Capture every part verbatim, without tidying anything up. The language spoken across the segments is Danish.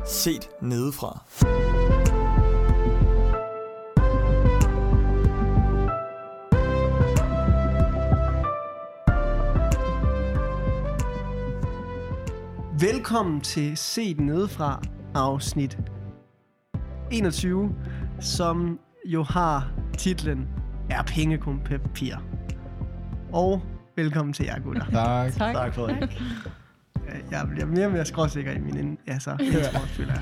Set nedefra. Velkommen til Set nedefra afsnit enogtyve, som jo har titlen Er penge kun papir? Og velkommen til jer, gutter. Tak. Tak. Tak for det. Jeg bliver mere og mere skråsikker i min ind. Ja, så. Jeg føler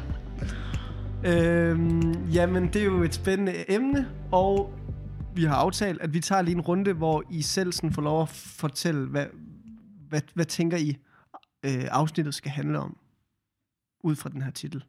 jeg. øhm, jamen, det er jo et spændende emne, og vi har aftalt, at vi tager lige en runde, hvor I selv sådan får lov at fortælle, hvad, hvad, hvad tænker I, øh, afsnittet skal handle om, ud fra den her titel.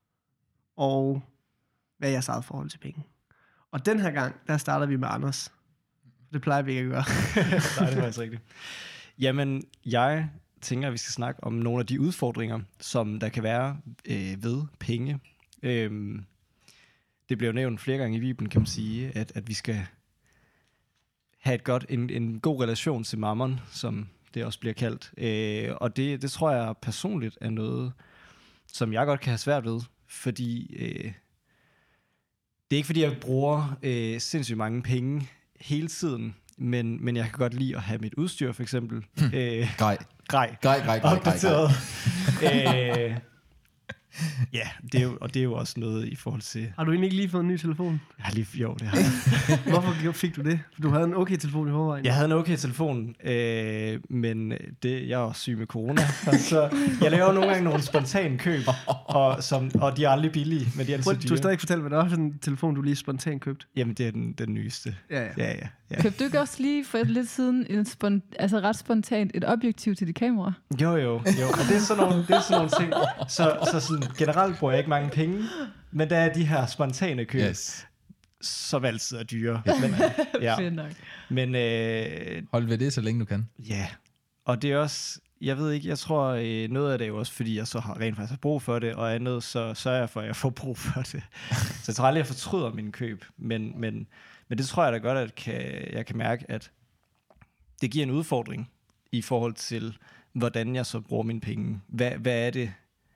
Og hvad er jeres eget forhold til penge? Og den her gang, der starter vi med Anders. Det plejer vi ikke at gøre. Nej, det er faktisk rigtigt. Jamen, jeg tænker, at vi skal snakke om nogle af de udfordringer, som der kan være øh, ved penge. Øhm, det bliver jo nævnt flere gange i Bibelen, kan man sige, at, at vi skal have et godt, en, en god relation til mammon, som det også bliver kaldt. Øh, og det, det tror jeg personligt er noget, som jeg godt kan have svært ved, fordi øh, det er ikke fordi, jeg bruger øh, sindssygt mange penge hele tiden, men, men jeg kan godt lide at have mit udstyr, for eksempel. Hmm. Øh, Grej. grej. Grej, grej, grej, grej, Opdateret. øh, ja, det er jo, og det er jo også noget i forhold til... Har du egentlig ikke lige fået en ny telefon? Jeg har lige... Jo, det har jeg. Hvorfor fik du det? Du havde en okay telefon i forvejen. Jeg havde en okay telefon, øh, men det, jeg er også syg med corona, så jeg laver nogle gange nogle spontane køb, og, som, og de er aldrig billige, men de er altid Prøv, dyre. du vil stadig fortælle, hvad det var for en telefon, du lige spontant købte. Jamen, det er den, den nyeste. Ja, ja. Ja, ja, ja. Købte du ikke også lige for lidt siden en spon- altså ret spontant et objektiv til dit kamera? Jo, jo, jo. Og det er sådan nogle, det er sådan nogle ting. Så, så sådan, generelt bruger jeg ikke mange penge, men der er de her spontane køb, Yes. som altid er dyre. Men, ja. Fedt nok. Men øh, Hold ved det, så længe du kan. ja, og det er også, jeg ved ikke, jeg tror øh, noget af det er jo også, fordi jeg så har rent faktisk har brug for det, og andet så sørger jeg for, at jeg får brug for det. Så jeg tror aldrig, jeg fortryder mine køb, men, men, men det tror jeg da godt, at kan, jeg kan mærke, at det giver en udfordring i forhold til, hvordan jeg så bruger mine penge. Hvad, hvad er det?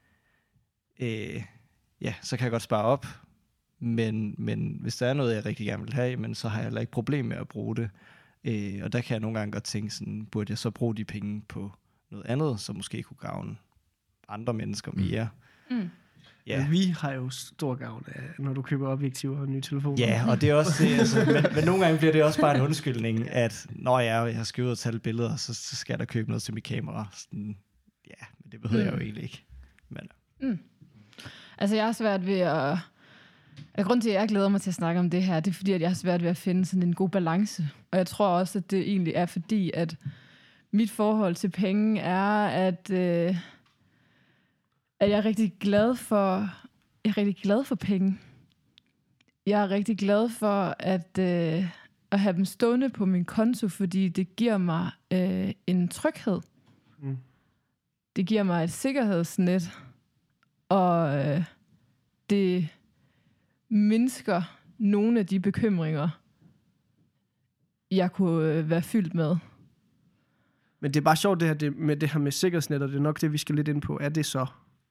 Øh, ja, så kan jeg godt spare op, men, men hvis der er noget, jeg rigtig gerne vil have, men så har jeg heller ikke problem med at bruge det. Øh, og der kan jeg nogle gange godt tænke sådan, burde jeg så bruge de penge på noget andet, som måske kunne gavne andre mennesker mere. Mm. Ja. Men vi har jo stor gavn af, når du køber objektiver og nye telefoner. Ja, og det er også det, altså, men, men nogle gange bliver det også bare en undskyldning, at når jeg, jeg skal ud og tage billeder, så, så skal jeg da købe noget til mit kamera. Sådan, ja, men det behøver mm. jeg jo egentlig ikke. Men, Mm. Altså jeg har svært ved at... Grunden til, at jeg glæder mig til at snakke om det her, det er fordi, at jeg har svært ved at finde sådan en god balance. Og jeg tror også, at det egentlig er fordi, at mit forhold til penge er, at, øh, at jeg er rigtig glad for, jeg er rigtig glad for penge. Jeg er rigtig glad for at, øh, at have dem stående på min konto, fordi det giver mig øh, en tryghed. Mm. Det giver mig et sikkerhedsnet, og øh, det mindsker nogle af de bekymringer, jeg kunne øh, være fyldt med. Men det er bare sjovt det her det, med det her med sikkerhedsnet, og det er nok det, vi skal lidt ind på. Er det så...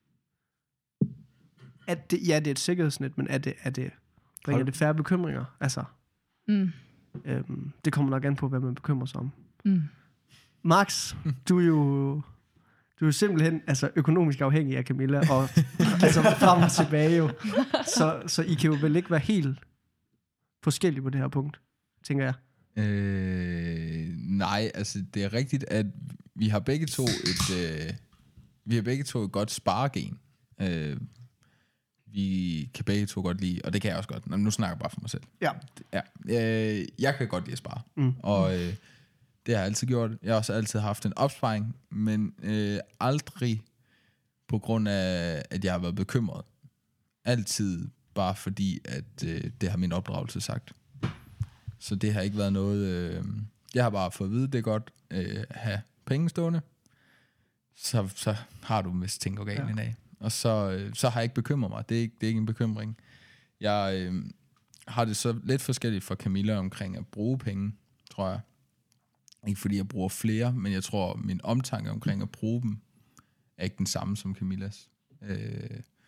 Er det, ja, det er et sikkerhedsnet, men er det, er det, bringer det færre bekymringer? Altså, Mm. øhm, det kommer nok an på, hvad man bekymrer sig om. Mm. Max, du er jo... Du er jo simpelthen altså, økonomisk afhængig af Camilla, og altså frem og tilbage jo. Så, så I kan jo vel ikke være helt forskellige på det her punkt, tænker jeg. Øh, nej, altså det er rigtigt, at vi har begge to et, øh, vi har begge to et godt sparegen. Øh, vi kan begge to godt lide, og det kan jeg også godt. Nå, nu snakker jeg bare for mig selv. Ja. Ja, øh, jeg kan godt lide at spare, Mm. og øh, det har jeg altid gjort. Jeg har også altid haft en opsparing, men øh, aldrig på grund af, at jeg har været bekymret. Altid bare fordi, at øh, det har min opdragelse sagt. Så det har ikke været noget... Øh, jeg har bare fået at vide, det er godt øh, have penge stående. Så, så har du vist ting, der går galt en dag. Og så, øh, så har jeg ikke bekymret mig. Det er ikke, det er ikke en bekymring. Jeg øh, har det så lidt forskelligt for Camilla omkring at bruge penge, tror jeg. Ikke fordi jeg bruger flere, men jeg tror, min omtanke omkring at bruge dem, er ikke den samme som Camillas. Øh,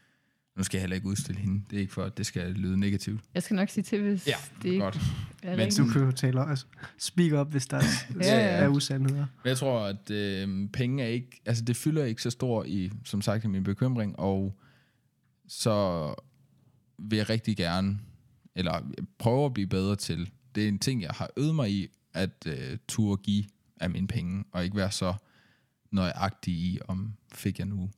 Nu skal jeg heller ikke udstille hende. Det er ikke for, at det skal lyde negativt. Jeg skal nok sige til, hvis Ja, det ikke godt. er Men rigtigt. Du kan jo tale altså, speak up, hvis der er, Ja, ja. er usandheder. Men jeg tror, at øh, penge er ikke... Altså, det fylder ikke så stor i, som sagt, i min bekymring, og så vil jeg rigtig gerne, eller prøve at blive bedre til. Det er en ting, jeg har øvet mig i, at øh, turde give af mine penge, og ikke være så nøjagtig i, om fik jeg nu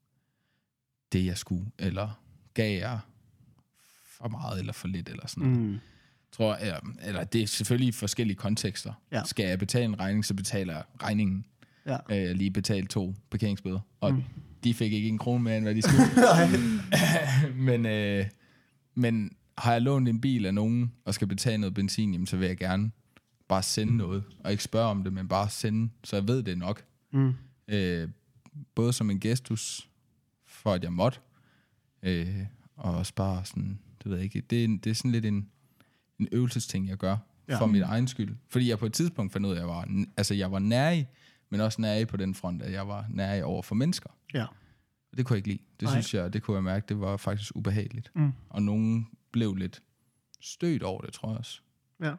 det, jeg skulle, eller gav jeg for meget eller for lidt, eller sådan noget. Mm. Tror jeg, eller det er selvfølgelig i forskellige kontekster. Ja. Skal jeg betale en regning, så betaler jeg regningen. Ja. Øh, lige betalt to parkeringsbøder. Og Mm. mm. de fik ikke en krone mere, end hvad de skulle. men, øh, men har jeg lånt en bil af nogen, og skal betale noget benzin, jamen, så vil jeg gerne bare sende noget. Og ikke spørge om det, men bare sende, så jeg ved det nok. Mm. Øh, både som en gestus, for at jeg måtte, øh, og også bare sådan, det ved jeg ikke, det er, det er sådan lidt en, en øvelsesting, jeg gør, Ja. for min egen skyld. Fordi jeg på et tidspunkt fandt ud af, at jeg var, altså jeg var nærig, men også nærig på den front, at jeg var nærig over for mennesker. Ja. Og det kunne jeg ikke lide. Det Nej. synes jeg, det kunne jeg mærke, det var faktisk ubehageligt. Mm. Og nogen blev lidt stødt over det, tror jeg også. Ja.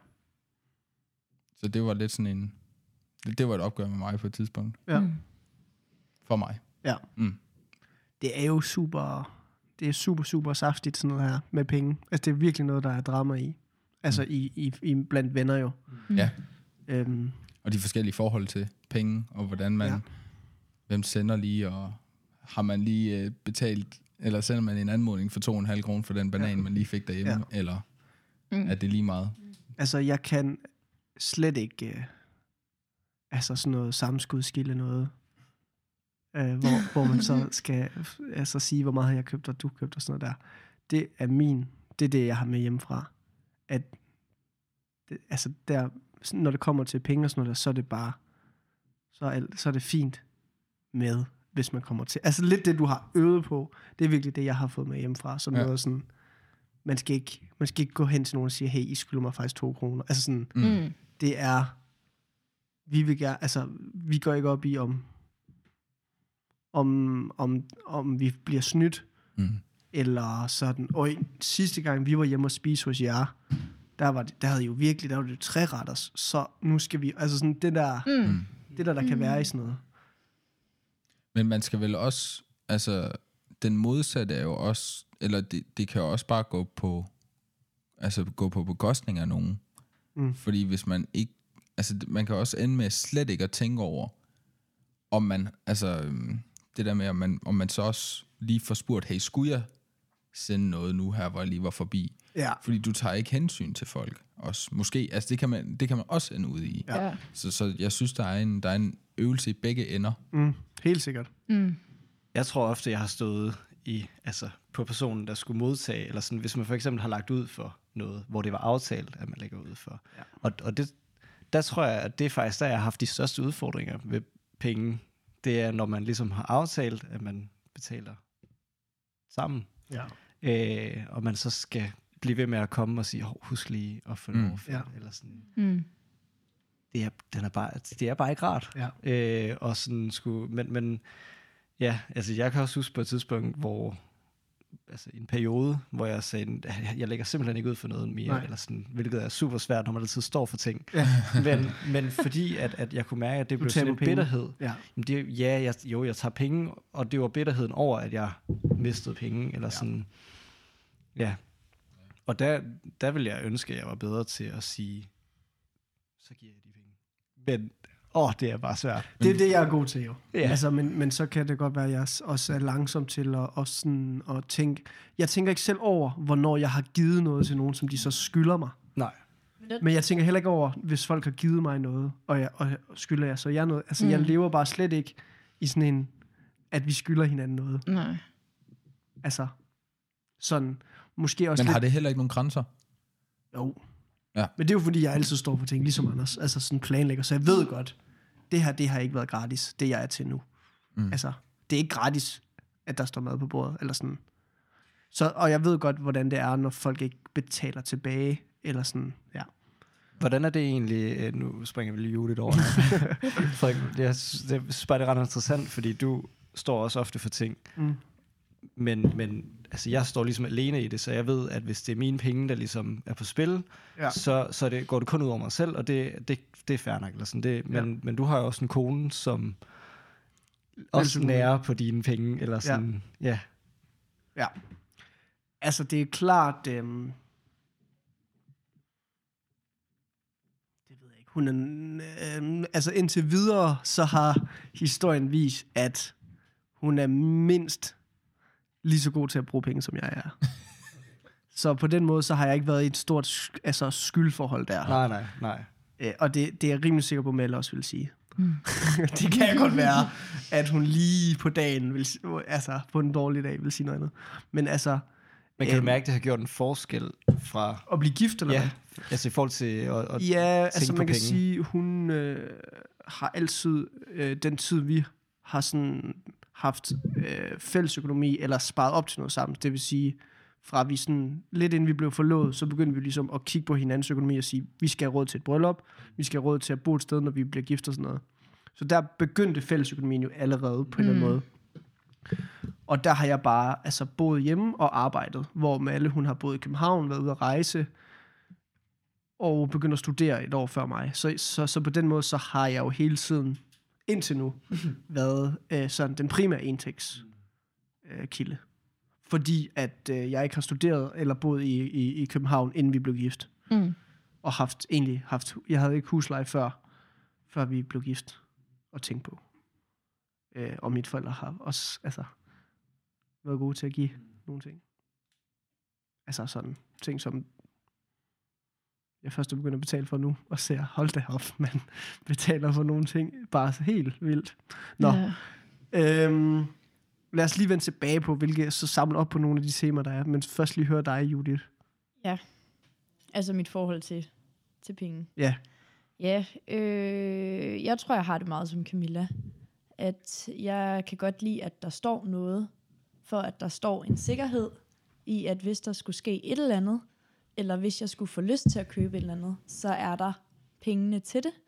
Så det var lidt sådan en, det, det var et opgør med mig på et tidspunkt. Ja. Mm. For mig. Ja. Mm. Det er jo super, det er super, super saftigt sådan noget her med penge. Altså det er virkelig noget, der er drama i. Altså Mm. i, i, i blandt venner jo. Mm. Ja. Øhm, Og de forskellige forhold til penge, og hvordan man, Ja. ja. hvem sender lige, og har man lige øh, betalt, eller sender man en anmodning for to og en halv kroner for den banan, Ja. man lige fik derhjemme, Ja. ja. eller Mm. er det lige meget? altså jeg kan slet ikke, øh, altså sådan noget sammenskudskilde noget, øh, hvor, hvor man så skal altså sige, hvor meget har jeg købt, og du købt og sådan noget der. Det er min, det er det, jeg har med hjemmefra. At, det, altså der, sådan, når det kommer til penge og sådan noget der, så er det bare, så er, alt, så er det fint med, hvis man kommer til. Altså lidt det, du har øvet på, det er virkelig det, jeg har fået med hjemmefra. Sådan Ja. noget sådan, man skal, ikke, man skal ikke gå hen til nogen og sige, hey, I skylder mig faktisk to kroner. Altså sådan, Mm. Mm. det er, vi vil gerne, altså, vi går ikke op i, om, om, om, om vi bliver snydt, Mm. eller sådan, og sidste gang, vi var hjemme og spise hos jer, der, var det, der havde jo virkelig, der var det tre retters, så nu skal vi, altså sådan det der, Mm. Mm. det der, der kan være i sådan noget. Men man skal vel også, altså, den modsatte er jo også, eller det, det kan jo også bare gå på, altså gå på bekostning af nogen. Mm. Fordi hvis man ikke, altså man kan også ende med slet ikke at tænke over, om man, altså øhm, det der med, om man, om man så også lige får spurgt, hey, skulle jeg sende noget nu her, hvor jeg lige var forbi? Ja, Fordi du tager ikke hensyn til folk også. Måske, altså det kan man, det kan man også ende ud i. Ja. Ja. Så, så jeg synes, der er, en, der er en øvelse i begge ender. mm, helt sikkert. Mm. Jeg tror ofte, jeg har stået i, altså, på personen, der skulle modtage, eller sådan, hvis man for eksempel har lagt ud for noget, hvor det var aftalt, at man lægger ud for. Ja. Og, og det, der tror jeg, at det er faktisk der, jeg har haft de største udfordringer med penge. Det er, når man ligesom har aftalt, at man betaler sammen, Ja. øh, og man så skal blive ved med at komme og sige, hov, husk lige at få Mm. lov, Ja. eller sådan. Mm. Det er, den er bare, det er bare ikke rart. Ja. Øh, og sådan skulle, men, men ja, altså jeg kan også huske på et tidspunkt, hvor altså en periode, hvor jeg sagde, jeg, jeg lægger simpelthen ikke ud for noget mere, Nej. eller sådan, hvilket er super svært, når man altid står for ting. Ja. men, men fordi, at, at jeg kunne mærke, at det Du blev sådan taber en penge. bitterhed. Ja. Jamen det, ja, jeg, jo, jeg tager penge, og det var bitterheden over, at jeg mistede penge, eller Ja. sådan, ja. Og der, der ville jeg ønske, at jeg var bedre til at sige, så giver jeg de penge. Men, åh, det er bare svært. Det er det, jeg er god til jo. Ja. Altså, men, men så kan det godt være, at jeg også er langsom til at, også sådan, at tænke. Jeg tænker ikke selv over, hvornår jeg har givet noget til nogen, som de så skylder mig. Nej. Men jeg tænker heller ikke over, hvis folk har givet mig noget, og, jeg, og skylder jeg så jeg noget. Altså, mm. jeg Mm. lever bare slet ikke i sådan en, at vi skylder hinanden noget. Nej. Altså, sådan, måske også Men lidt... har det heller ikke nogen grænser? Jo. Ja. Men det er jo fordi, jeg altid står på ting, ligesom Anders. Altså sådan planlægger, så jeg ved godt, det her, det har ikke været gratis, det jeg er til nu. Mm. Altså, det er ikke gratis, at der står mad på bordet, eller sådan. Så, og jeg ved godt, hvordan det er, når folk ikke betaler tilbage, eller sådan, ja. Hvordan er det egentlig, øh, nu springer vi lige julet over her. Frederik, jeg synes det- jeg synes bare, det er ret interessant, fordi du står også ofte for ting, Mm. men, men altså jeg står ligesom alene i det, så jeg ved, at hvis det er mine penge, der ligesom er på spil, Ja. så, så det, går det kun ud over mig selv, og det, det, det er fair nok. Eller sådan. Det, men, ja. men du har jo også en kone, som også nærer på dine penge, eller sådan, ja. ja. Ja. Altså, det er klart... Øhm, det ved jeg ikke. Hun er... Øhm, altså, indtil videre, så har historien vist, at hun er mindst lige så god til at bruge penge, som jeg er. Så på den måde, så har jeg ikke været i et stort sk- altså, skyldforhold der. Nej, nej, nej. Øh, og det, det er jeg rimelig sikker på, at Melle også vil sige. Mm. Det kan godt være, at hun lige på dagen, vil, altså på en dårlig dag, vil sige noget andet. Men altså... Men kan øhm, du mærke, at det har gjort en forskel fra... At blive gift, eller ja, hvad? altså i forhold til at, at Ja, altså man på kan penge. sige, hun øh, har altid, øh, den tid vi har sådan haft øh, fællesøkonomi, eller sparet op til noget sammen, det vil sige, fra vi sådan, lidt inden vi blev forlovet, så begyndte vi ligesom at kigge på hinandens økonomi og sige, vi skal have råd til et bryllup, vi skal have råd til at bo et sted, når vi bliver gift og sådan noget. Så der begyndte fællesøkonomien jo allerede på en mm. eller anden måde. Og der har jeg bare altså boet hjemme og arbejdet, hvor Malle, hun har boet i København, været ude at rejse, og begyndt at studere et år før mig. Så, så, så på den måde, så har jeg jo hele tiden, indtil nu, været øh, sådan den primære indtægtskilde. Øh, kilde. Fordi at øh, jeg ikke har studeret eller boet i, i, i København, inden vi blev gift. Mm. Og haft, egentlig haft, jeg havde ikke husleje før, før vi blev gift, og tænkt på. Øh, og mine forældre har også, altså, været gode til at give nogle ting. Altså sådan ting, som jeg først er begyndt at betale for nu, og ser, hold da op, man betaler for nogle ting, bare så helt vildt. Nå, ja. øhm, lad os lige vende tilbage på, hvilke, så samle op på nogle af de temaer, der er, men først lige høre dig, Judith. Ja, altså mit forhold til, til penge. Ja. Ja, øh, jeg tror, jeg har det meget som Camilla. At jeg kan godt lide, at der står noget, for at der står en sikkerhed i, at hvis der skulle ske et eller andet, eller hvis jeg skulle få lyst til at købe et eller andet, så er der pengene til det.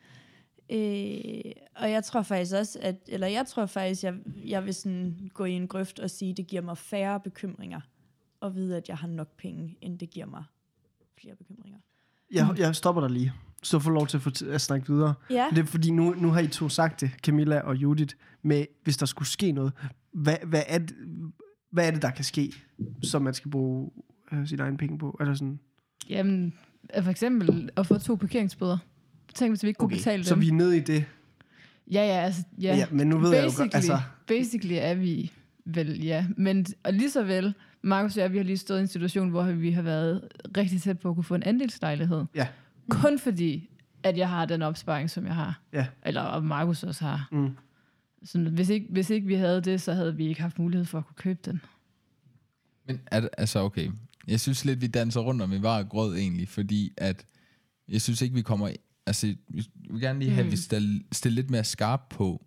Øh, og jeg tror faktisk også, at, eller jeg tror faktisk, jeg, jeg vil sådan gå i en grøft og sige, at det giver mig færre bekymringer, at vide, at jeg har nok penge, end det giver mig flere bekymringer. Jeg, jeg stopper dig lige, så får lov til at, få t- at snakke videre. Ja. Det er fordi, nu, nu har I to sagt det, Camilla og Judith, med hvis der skulle ske noget. Hvad, hvad, er, det, hvad er det, der kan ske, som man skal bruge øh, sine egne penge på? Eller sådan? Jamen, for eksempel at få to parkeringsbøder. Tænk, hvis vi ikke kunne Okay, betale dem. så vi er nede i det. Ja, ja, altså, ja. Ja, men nu ved jeg jo godt, altså... Basically er vi vel, ja. Men og lige så vel, Markus og jeg, vi har lige stået i en situation, hvor vi har været rigtig tæt på at kunne få en andelslejlighed. Ja. Kun fordi, at jeg har den opsparing, som jeg har. Ja. Eller og Markus også har. Mm. Så hvis ikke, hvis ikke vi havde det, så havde vi ikke haft mulighed for at kunne købe den. Men er det, altså okay, jeg synes lidt, vi danser rundt om i var grød egentlig, fordi at jeg synes ikke, vi kommer... Altså, vi vil gerne lige have, mm. at vi stille, stille lidt mere skarp på,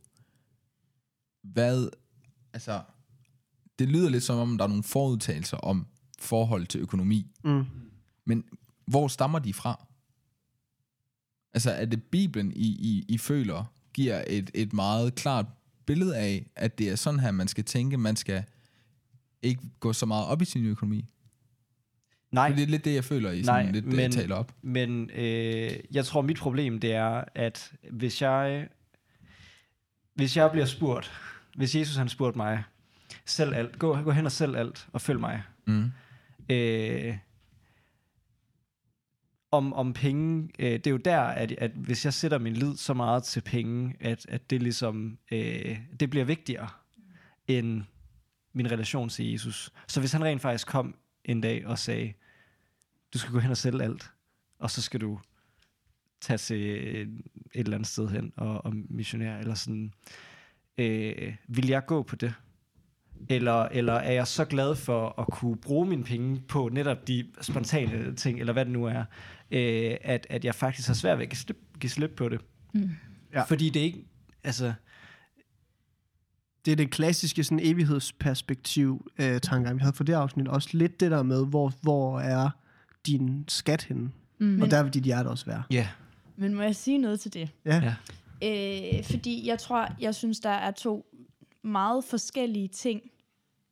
hvad... Altså, det lyder lidt som om, der er nogle forudtagelser om forhold til økonomi. Mm. Men hvor stammer de fra? Altså, er det Bibelen, I, I, I føler, giver et, et meget klart billede af, at det er sådan her, man skal tænke, man skal ikke gå så meget op i sin økonomi? Nej. For det er lidt det, jeg føler, I sådan Nej, lidt men, taler op. Men øh, jeg tror, mit problem det er, at hvis jeg, hvis jeg bliver spurgt, hvis Jesus han spurgte mig, selv alt, gå, gå hen og sælg alt, og følg mig. Mm. Øh, om, om penge, øh, det er jo der, at, at hvis jeg sætter min lid så meget til penge, at, at det ligesom, øh, det bliver vigtigere end min relation til Jesus. Så hvis han rent faktisk kom en dag og sagde, du skal gå hen og sælge alt, og så skal du tage til et eller andet sted hen og, og missionere, eller sådan, øh, vil jeg gå på det? Eller, eller er jeg så glad for at kunne bruge mine penge på netop de spontane ting, eller hvad det nu er, øh, at, at jeg faktisk har svært ved at give slip, give slip på det. Mm. Ja. Fordi det er ikke, altså... Det er det klassiske sådan evighedsperspektiv øh, tankegang, vi havde for det afsnit. Også lidt det der med, hvor, hvor er din skat henne? Mm. Og der vil dit hjerte også være. Ja. Yeah. Men må jeg sige noget til det? Ja. Øh, fordi jeg tror, jeg synes, der er to meget forskellige ting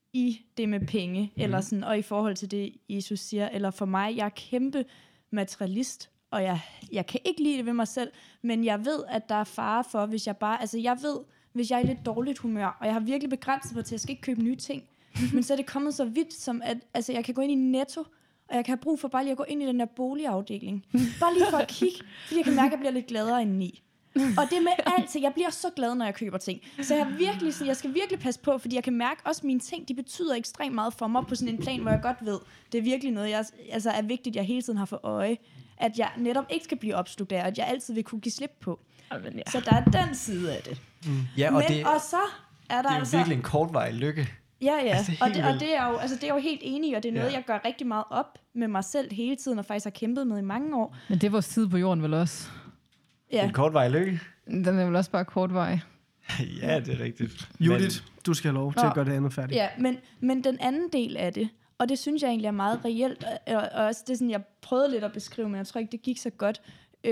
i det med penge, Mhm. mm. eller sådan, og i forhold til det, Jesus siger, eller for mig, jeg er kæmpe materialist, og jeg, jeg kan ikke lide det ved mig selv, men jeg ved, at der er fare for, hvis jeg bare, altså jeg ved, hvis jeg er i lidt dårligt humør, og jeg har virkelig begrænset mig til, at jeg skal ikke købe nye ting, men så er det kommet så vidt, som at, altså jeg kan gå ind i Netto, og jeg kan have brug for bare lige at gå ind i den der boligafdeling. Bare lige for at kigge, fordi jeg kan mærke, at jeg bliver lidt gladere indeni. Og det med alt, jeg bliver så glad, når jeg køber ting. Så jeg, virkelig, jeg skal virkelig passe på, fordi jeg kan mærke også, at mine ting, de betyder ekstremt meget for mig på sådan en plan, hvor jeg godt ved, det er virkelig noget, jeg, altså er vigtigt, jeg hele tiden har for øje, at jeg netop ikke skal blive opslugt af, at jeg altid vil kunne give slip på. Jamen, ja. Så der er den side af det. Mm. Ja, og Men, det, og så er der det er jo altså... virkelig en kortvarig lykke. Ja, ja, Altså, altså, og, det, og vildt. det, er jo, altså, det er jo helt enig, og det er noget, Ja. jeg gør rigtig meget op med mig selv hele tiden, og faktisk har kæmpet med i mange år. Men det er vores tid på jorden vel også. Ja. En kortvarig lykke. Den er vel også bare kortvej. Ja, det er rigtigt. Judith, du skal have lov til Nå. at gøre det andet færdigt. Ja, men, men den anden del af det, og det synes jeg egentlig er meget reelt, og, og også det er sådan, jeg prøvede lidt at beskrive, men jeg tror ikke, det gik så godt.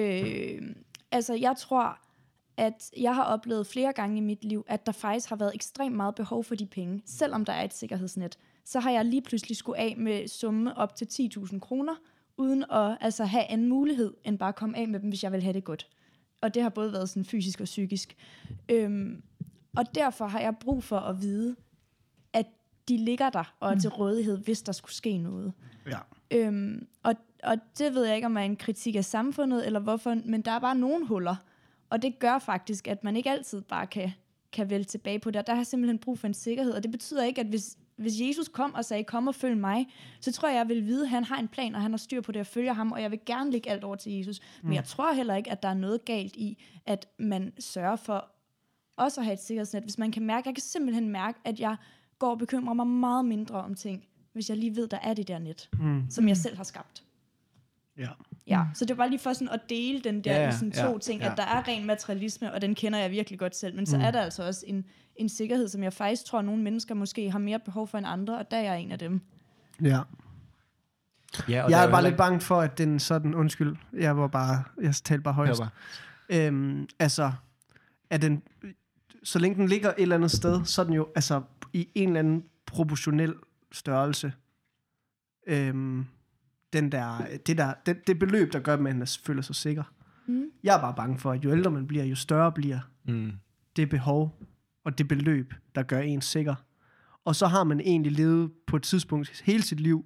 Øh, altså, jeg tror, at jeg har oplevet flere gange i mit liv, at der faktisk har været ekstremt meget behov for de penge, selvom der er et sikkerhedsnet. Så har jeg lige pludselig skulle af med summe op til ti tusind kroner, uden at altså, have anden mulighed, end bare at komme af med dem, hvis jeg vil have det godt. Og det har både været sådan fysisk og psykisk. Øhm, og derfor har jeg brug for at vide, at de ligger der og er til rådighed, hvis der skulle ske noget. Ja. Øhm, og, og det ved jeg ikke, om er en kritik af samfundet, eller hvorfor, men der er bare nogle huller. Og det gør faktisk, at man ikke altid bare kan, kan vælge tilbage på det. Der har jeg simpelthen brug for en sikkerhed, og det betyder ikke, at hvis, hvis Jesus kom og sagde, kom og følg mig, så tror jeg, jeg vil vide, at han har en plan, og han har styr på det, og følger ham, og jeg vil gerne lægge alt over til Jesus. Men jeg tror heller ikke, at der er noget galt i, at man sørger for også at have et sikkerhedsnet. Hvis man kan mærke, jeg kan simpelthen mærke, at jeg går og bekymrer mig meget mindre om ting, hvis jeg lige ved, der er det der net, Mm. som jeg selv har skabt. Ja. Ja, så det var bare lige for sådan at dele den der Ja, ja, ja, i sådan to ja, ting, ja. at der er ren materialisme, og den kender jeg virkelig godt selv, men så Mm. er der altså også en, en sikkerhed, som jeg faktisk tror, at nogle mennesker måske har mere behov for end andre, og der er jeg en af dem. Ja. Ja, og Jeg der er jo bare heller lidt bange for, at den sådan, undskyld, jeg var bare, jeg talte bare ikke- højst. Hør bare. Øhm, altså, at den, så længe den ligger et eller andet sted, så er den jo altså i en eller anden proportionel størrelse. Øhm, den der, det, der, det, det beløb, der gør, at man føler sig sikker. Mm. Jeg er bare bange for, at jo ældre man bliver, jo større bliver Mm. det behov og det beløb, der gør en sikker. Og så har man egentlig levet på et tidspunkt hele sit liv,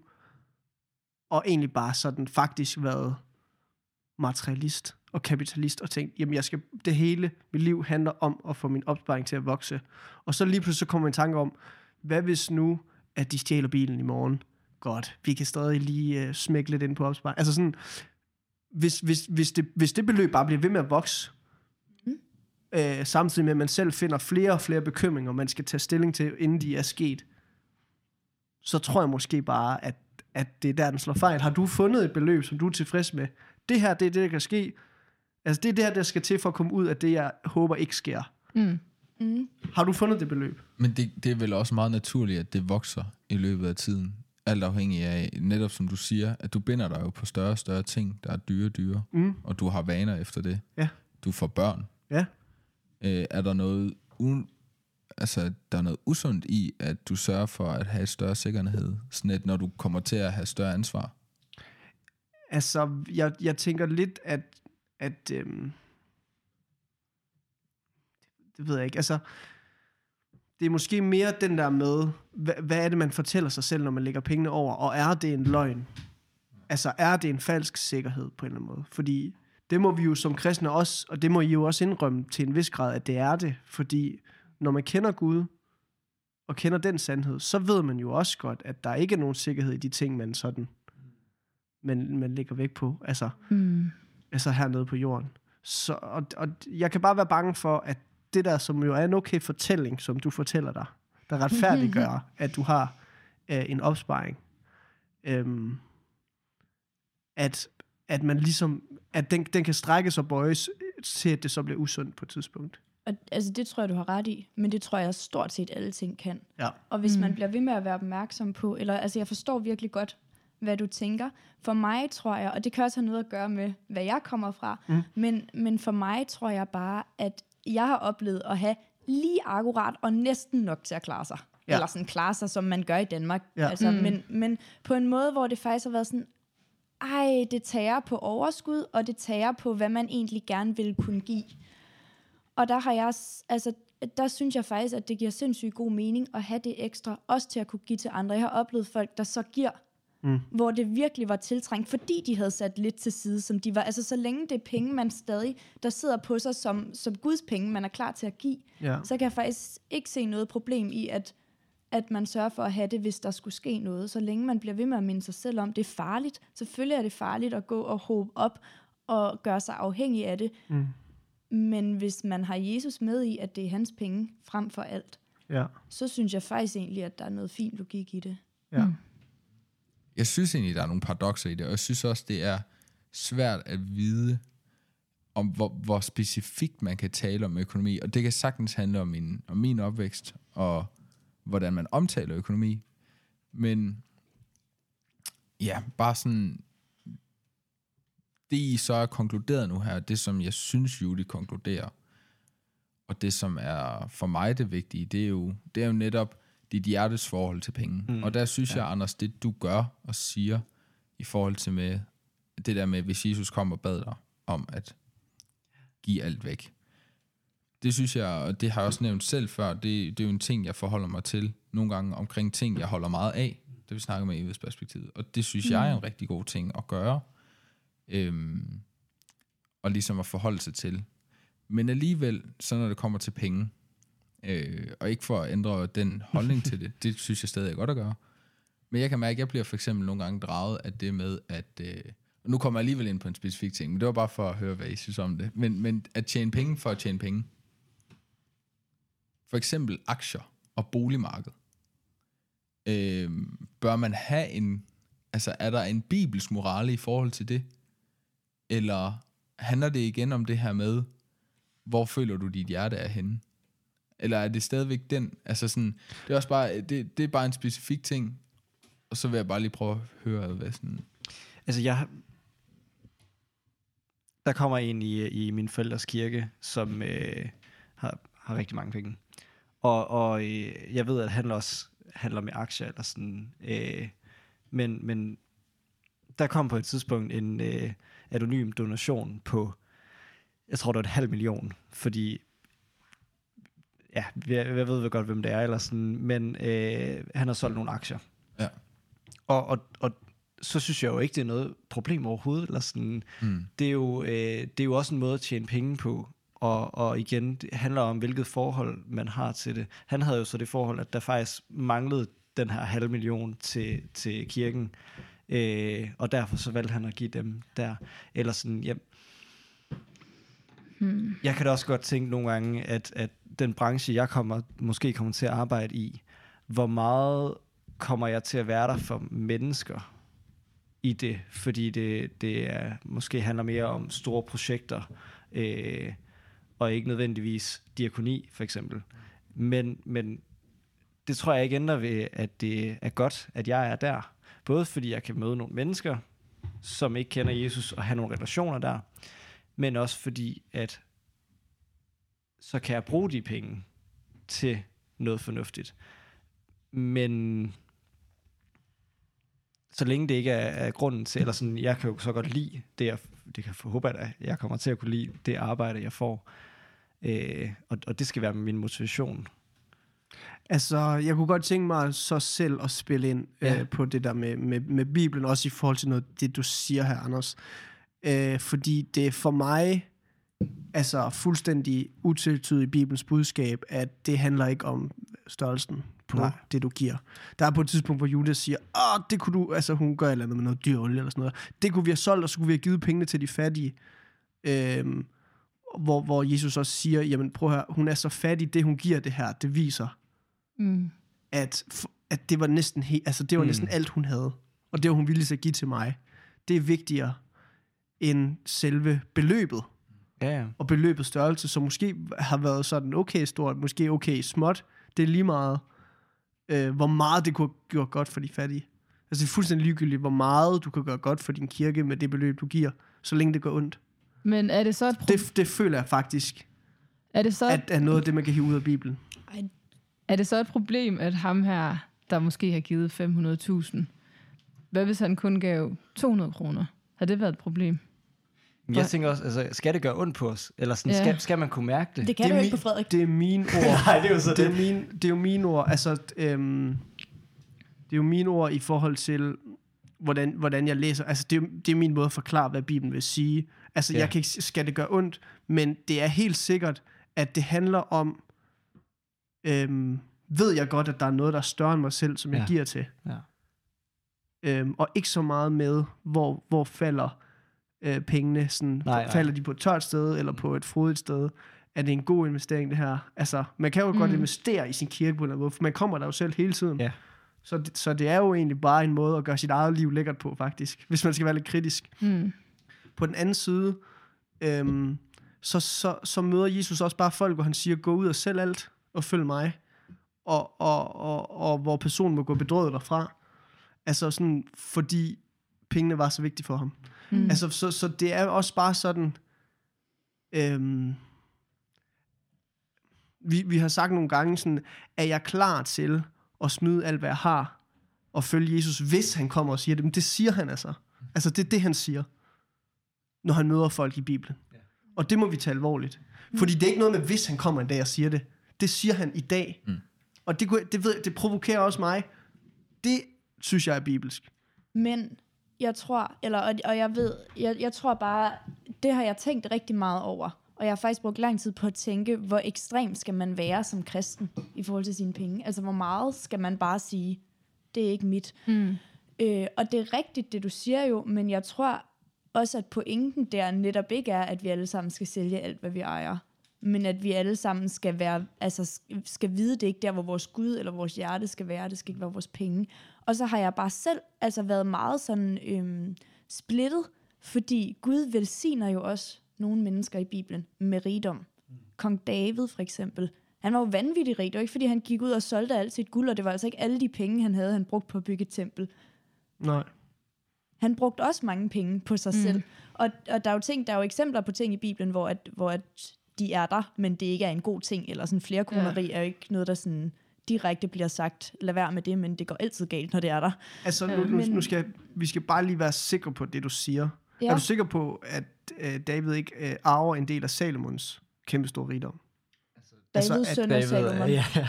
og egentlig bare sådan faktisk været materialist og kapitalist, og tænkt, jamen jeg skal, det hele mit liv handler om at få min opsparing til at vokse. Og så lige pludselig så kommer man i tanke om, hvad hvis nu, at de stjæler bilen i morgen? Godt, vi kan stadig lige uh, smække lidt ind på opsparing. Altså sådan, hvis, hvis, hvis, det, hvis det beløb bare bliver ved med at vokse, Mm. øh, samtidig med, at man selv finder flere og flere bekymringer, man skal tage stilling til, inden de er sket, så tror jeg måske bare, at, at det er der, den slår fejl. Har du fundet et beløb, som du er tilfreds med? Det her, det er det, der kan ske. Altså, det er det her, der skal til for at komme ud af det, jeg håber ikke sker. Mm. Mm. Har du fundet det beløb? Men det, det er vel også meget naturligt, at det vokser i løbet af tiden. Alt afhængig af, netop som du siger, at du binder dig jo på større og større ting, der er dyre og dyre, Mm. og du har vaner efter det. Ja. Du får børn. Ja. Øh, er der noget, un, altså, der er noget usundt i, at du sørger for at have et større sikkerhed, sådan at når du kommer til at have større ansvar? Altså, jeg, jeg tænker lidt, at, at øhm, det ved jeg ikke, altså, det er måske mere den der med, hvad, hvad er det, man fortæller sig selv, når man lægger pengene over, og er det en løgn? Altså, er det en falsk sikkerhed på en eller anden måde? Fordi det må vi jo som kristne også, og det må I jo også indrømme til en vis grad, at det er det, fordi når man kender Gud, og kender den sandhed, så ved man jo også godt, at der ikke er nogen sikkerhed i de ting, man sådan, man, man lægger væk på, altså, Mm. altså hernede på jorden. Så, og, og jeg kan bare være bange for, at det der, som jo er en okay fortælling, som du fortæller dig, der retfærdiggør, at du har øh, en opsparing, øhm, at, at man ligesom, at den, den kan strækkes og bøjes til, at det så bliver usundt på et tidspunkt. Og, altså, det tror jeg, du har ret i, men det tror jeg stort set alle ting kan. Ja. Og hvis Mm. man bliver ved med at være opmærksom på, eller altså jeg forstår virkelig godt, hvad du tænker. For mig tror jeg, og det kan også have noget at gøre med, hvad jeg kommer fra, Mm. men, men for mig tror jeg bare, at jeg har oplevet at have lige akkurat og næsten nok til at klare sig. Ja. eller sådan klare sig, som man gør i Danmark. Ja. Altså, Mm. men, men på en måde, hvor det faktisk har været sådan, ej, det tager på overskud, og det tager på, hvad man egentlig gerne vil kunne give. Og der har jeg, s- altså, der synes jeg faktisk, at det giver sindssygt god mening at have det ekstra, også til at kunne give til andre. Jeg har oplevet folk, der så giver, Mm. hvor det virkelig var tiltrængt, fordi de havde sat lidt til side, som de var. Altså, så længe det er penge, man stadig, der sidder på sig som, som Guds penge, man er klar til at give, Ja. så kan jeg faktisk ikke se noget problem i, at, at man sørger for at have det, hvis der skulle ske noget. Så længe man bliver ved med at minde sig selv om, det er farligt. Selvfølgelig er det farligt at gå og håbe op og gøre sig afhængig af det. Mm. Men hvis man har Jesus med i, at det er hans penge frem for alt, Ja. så synes jeg faktisk egentlig, at der er noget fin logik i det. Ja. Mm. Jeg synes egentlig, der er nogle paradokser i det, og jeg synes også, det er svært at vide, om hvor, hvor specifikt man kan tale om økonomi, og det kan sagtens handle om min, om min opvækst, og hvordan man omtaler økonomi, men ja, bare sådan, det I så er konkluderet nu her, det som jeg synes, Julie konkluderer, og det som er for mig det vigtige, det er jo, det er jo netop dit hjertes forhold til penge. Mm, og der synes ja. jeg, Anders, det du gør og siger, i forhold til med det der med, hvis Jesus kommer og bad dig om at give alt væk. Det synes jeg, og det har jeg også nævnt selv før, det, det er jo en ting, jeg forholder mig til nogle gange omkring ting, jeg holder meget af. Det vi snakker med evighedsperspektivet. Og det synes mm. jeg er en rigtig god ting at gøre. Øhm, og ligesom at forholde sig til. Men alligevel, så når det kommer til penge, øh, og ikke for at ændre den holdning til det, det synes jeg stadig er godt at gøre. Men jeg kan mærke, at jeg bliver for eksempel nogle gange draget af det med, at, øh, og nu kommer jeg alligevel ind på en specifik ting, men det var bare for at høre, hvad I synes om det. Men, men at tjene penge for at tjene penge. For eksempel aktier og boligmarked. Øh, bør man have en, altså er der en bibelsk morale i forhold til det? Eller handler det igen om det her med, hvor føler du dit hjerte er henne? Eller er det stadigvæk den, altså sådan, det er også bare, det, det er bare en specifik ting, og så vil jeg bare lige prøve at høre, hvad sådan... Altså, jeg... Der kommer en i, i min forældres kirke, som øh, har, har rigtig mange penge. Og, og øh, jeg ved, at han også handler med aktier, eller sådan. Øh, men, men der kom på et tidspunkt en øh, anonym donation på, jeg tror, det var et halv million, fordi ja, jeg, jeg ved godt, hvem det er, eller sådan, men øh, han har solgt nogle aktier. Ja. Og, og, og så synes jeg jo ikke, det er noget problem overhovedet. Eller sådan. Mm. Det, er jo, øh, det er jo også en måde at tjene penge på. Og, og igen, det handler om, hvilket forhold man har til det. Han havde jo så det forhold, at der faktisk manglede den her halv million til, til kirken. Øh, og derfor så valgte han at give dem der. Eller sådan, ja. Hmm. Jeg kan da også godt tænke nogle gange, at, at den branche, jeg kommer, måske kommer til at arbejde i, hvor meget kommer jeg til at være der for mennesker i det, fordi det, det er, måske handler mere om store projekter, øh, og ikke nødvendigvis diakoni, for eksempel. Men, men det tror jeg ikke ændrer ved, at det er godt, at jeg er der. Både fordi jeg kan møde nogle mennesker, som ikke kender Jesus, og have nogle relationer der, men også fordi, at så kan jeg bruge de penge til noget fornuftigt. Men så længe det ikke er, er grunden til, eller sådan, jeg kan jo så godt lide det, jeg, det kan håbe, at jeg kommer til at kunne lide det arbejde, jeg får. Øh, og, og det skal være min motivation. Altså, jeg kunne godt tænke mig så selv at spille ind ja. øh, på det der med, med, med Bibelen, også i forhold til noget, det du siger her, Anders. Øh, fordi det er for mig altså fuldstændig utvetydigt i Bibelens budskab, at det handler ikke om størrelsen på Nej. det, du giver. Der er på et tidspunkt, hvor Judas siger, åh, det kunne du, altså hun gør et eller andet med noget dyr olie eller sådan noget. Det kunne vi have solgt, og så kunne vi have givet pengene til de fattige. Øhm, hvor, hvor Jesus også siger, jamen prøv at høre, hun er så fattig, det hun giver det her, det viser, mm. at, at det var næsten he, altså det var mm. næsten alt, hun havde. Og det var hun villig til at give til mig. Det er vigtigere end selve beløbet. Ja, ja. Og beløbets størrelse, som måske har været sådan okay stort, måske okay småt. Det er lige meget, øh, hvor meget det kunne gøre godt for de fattige. Altså det er fuldstændig ligegyldigt, hvor meget du kan gøre godt for din kirke med det beløb, du giver, så længe det går ondt. Men er det så et pro- det, det føler jeg faktisk, er det så at er noget af det, man kan hive ud af Bibelen. Ej, Er det så et problem, at ham her, der måske har givet fem hundrede tusind, hvad hvis han kun gav to hundrede kroner? Har det været et problem? Jeg tænker også, altså, skal det gøre ondt på os? Eller sådan, Ja. skal, skal man kunne mærke det? Det kan Det du er ikke min- på Frederik. Det er mine ord. Nej, det er jo så det, er mine, det er jo mine ord. Altså, øhm, det er jo mine ord i forhold til, hvordan, hvordan jeg læser. Altså, det er, jo- det er min måde at forklare, hvad Bibelen vil sige. Altså, Ja. jeg kan ikke, skal det gøre ondt, men det er helt sikkert, at det handler om, øhm, ved jeg godt, at der er noget, der er større end mig selv, som jeg Ja. giver til. Ja. Øhm, og ikke så meget med, hvor, hvor falder øh, pengene. Sådan, Nej, nej. falder de på et tørt sted, eller på et frodigt sted? Er det en god investering, det her? Altså, man kan jo mm. godt investere i sin kirke på en eller anden måde, for man kommer der jo selv hele tiden. Ja. Så, det, så det er jo egentlig bare en måde at gøre sit eget liv lækkert på, faktisk. Hvis man skal være lidt kritisk. Mm. På den anden side, øhm, så, så, så møder Jesus også bare folk, hvor han siger, gå ud og sælg alt, og følg mig. Og, og, og, og hvor personen må gå bedrøvet derfra. Altså sådan, fordi pengene var så vigtige for ham. Mm. Altså, så, så det er også bare sådan, øhm, vi, vi har sagt nogle gange sådan, er jeg klar til at smide alt, hvad jeg har, og følge Jesus, hvis han kommer og siger det? Men det siger han altså. Altså, det er det, han siger, når han møder folk i Bibelen. Ja. Og det må vi tage alvorligt. Fordi det er ikke noget med, hvis han kommer en dag og siger det. Det siger han i dag. Mm. Og det, kunne- det, ved, det provokerer også mig. Det synes jeg er bibelsk. Men jeg tror, eller, og, og jeg ved, jeg, jeg tror bare, det har jeg tænkt rigtig meget over. Og jeg har faktisk brugt lang tid på at tænke, hvor ekstrem skal man være som kristen i forhold til sine penge. Altså, hvor meget skal man bare sige, det er ikke mit. Mm. Øh, og det er rigtigt, det du siger jo, men jeg tror også, at pointen der netop ikke er, at vi alle sammen skal sælge alt, hvad vi ejer. Men at vi alle sammen skal være, altså skal vide, det er ikke der, hvor vores Gud eller vores hjerte skal være, det skal ikke være vores penge. Og så har jeg bare selv altså været meget sådan øhm, splittet, fordi Gud velsigner jo også nogle mennesker i Bibelen med rigdom. Kong David for eksempel. Han var jo vanvittig rig. Det var ikke, fordi han gik ud og solgte alt sit guld, og det var altså ikke alle de penge, han havde, han brugt på at bygge et tempel. Nej. Han brugte også mange penge på sig mm. selv. Og, og der er jo ting, der er jo eksempler på ting i Bibelen, hvor, at, hvor at de er der, men det ikke er en god ting, eller sådan flerkoneri ja. er jo ikke noget, der sådan direkte bliver sagt, lad være med det, men det går altid galt, når det er der. Altså, nu, Ja, nu, men- nu skal vi skal bare lige være sikre på det, du siger. Ja. Er du sikker på, at øh, David ikke øh, arver en del af Salomons kæmpestore rigdom? altså, Davids at søn af Salomon. Ja. ja.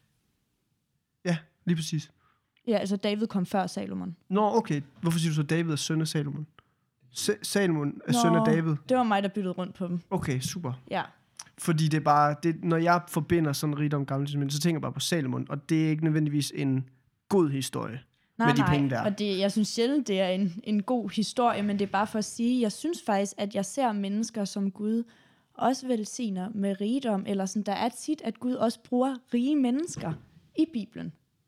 Ja, lige præcis. ja, altså David kom før Salomon. Nå, okay. Hvorfor siger du så, at David er søn af Salomon? Sa- Salomon er søn af David? Det var mig, der byttede rundt på dem. Okay, super. Ja. Fordi det er bare, det, når jeg forbinder sådan rigdom gamle testament, så tænker jeg bare på Salomon, og det er ikke nødvendigvis en god historie. Nej, Med de nej, penge der. og det, jeg synes sjældent, det er en, en god historie, men det er bare for at sige, jeg synes faktisk, at jeg ser mennesker som Gud også velsigner med rigdom, eller sådan, der er tit, at Gud også bruger rige mennesker i Bibelen.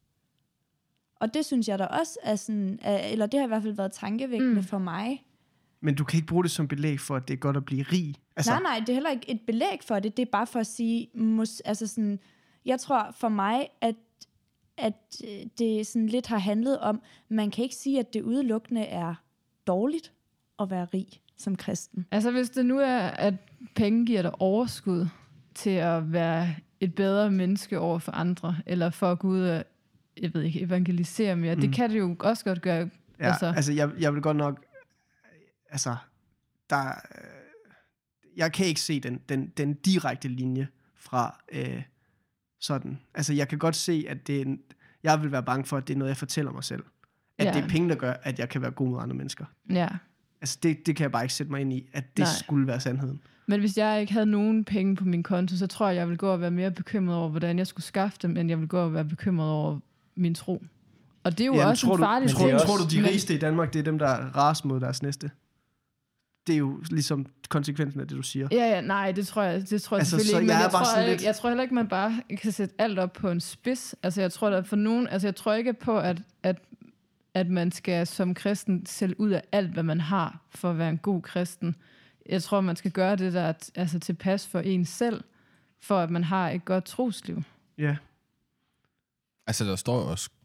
Og det synes jeg da også er sådan, er, eller det har i hvert fald været tankevækkende mm. for mig. Men du kan ikke bruge det som belæg for, at det er godt at blive rig. Altså, nej, nej, det er heller ikke et belæg for det. Det er bare for at sige, mås, altså sådan, jeg tror for mig, at, at øh, det sådan lidt har handlet om, man kan ikke sige, at det udelukkende er dårligt at være rig som kristen. Altså hvis det nu er, at penge giver dig overskud til at være et bedre menneske over for andre, eller for at gå ud og, jeg ved ikke, evangelisere mere, mm. det kan det jo også godt gøre. Ja, altså, altså, altså jeg, jeg vil godt nok, altså, der, øh, jeg kan ikke se den, den, den direkte linje fra øh, sådan. Altså, jeg kan godt se, at det er en, jeg vil være bange for, at det er noget, jeg fortæller mig selv. At Ja. det er penge, der gør, at jeg kan være god mod andre mennesker. ja. Altså, det, det kan jeg bare ikke sætte mig ind i, at det Nej. skulle være sandheden. Men hvis jeg ikke havde nogen penge på min konto, så tror jeg, jeg ville gå og være mere bekymret over, hvordan jeg skulle skaffe dem, end jeg ville gå og være bekymret over min tro. Og det er jo Jamen, også tror en du, farlig tror, ting. tror du, de Men- rigeste i Danmark, det er dem, der ras mod deres næste? Det er jo ligesom konsekvensen af det, du siger. Ja, ja, nej, det tror jeg, det tror jeg Altså, selvfølgelig så ikke. Men jeg er jeg, bare tror, sådan ikke, lidt- jeg tror heller ikke, man bare kan sætte alt op på en spids. Altså, jeg tror, der for nogen, altså, jeg tror ikke på, at, at, at man skal som kristen sælge ud af alt, hvad man har, for at være en god kristen. Jeg tror, man skal gøre det, der er t- altså, tilpas for en selv, for at man har et godt trosliv. Ja. Altså, der står jo også,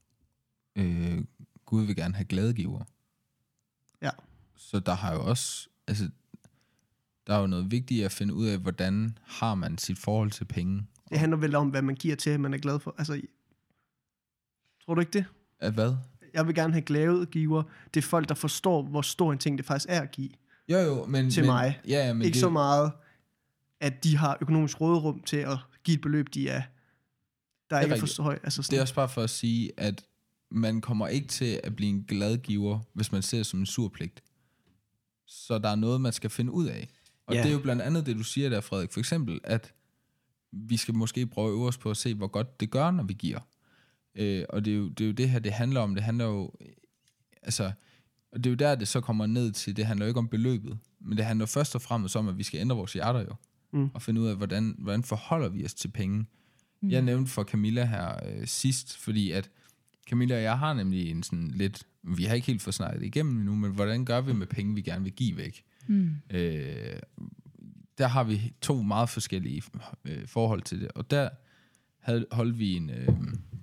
øh, Gud vil gerne have glædegiver. Ja. Så der har jo også, altså, der er jo noget vigtigt at finde ud af, hvordan har man sit forhold til penge, Det handler vel om, hvad man giver til, man er glad for. Altså, tror du ikke det? At hvad? Jeg vil gerne have glade giver. Det er folk, der forstår, hvor stor en ting det faktisk er at give. Jo, jo, men... Til men, mig. Ja, men ikke det, så meget, at de har økonomisk råderum til at give et beløb, de er, der er ikke er for så høj. Altså sådan. Det er også bare for at sige, at man kommer ikke til at blive en glad giver, hvis man ser det som en surpligt. Så der er noget, man skal finde ud af. Og Yeah. det er jo blandt andet det, du siger der, Frederik. For eksempel, at vi skal måske prøve os på at se, hvor godt det gør, når vi giver. Øh, og det er, jo, det er jo det her, det handler om. Det handler jo... Altså, og det er jo der, det så kommer ned til. Det handler jo ikke om beløbet. Men det handler først og fremmest om, at vi skal ændre vores hjerter jo. Mm. Og finde ud af, hvordan, hvordan forholder vi os til penge. Mm. Jeg nævnte for Camilla her øh, sidst, fordi at Camilla og jeg har nemlig en sådan lidt... Vi har ikke helt fået snakket igennem endnu, men hvordan gør vi med penge, vi gerne vil give væk? Mm. Øh, der har vi to meget forskellige øh, forhold til det, og der havde, holdt vi en... Øh,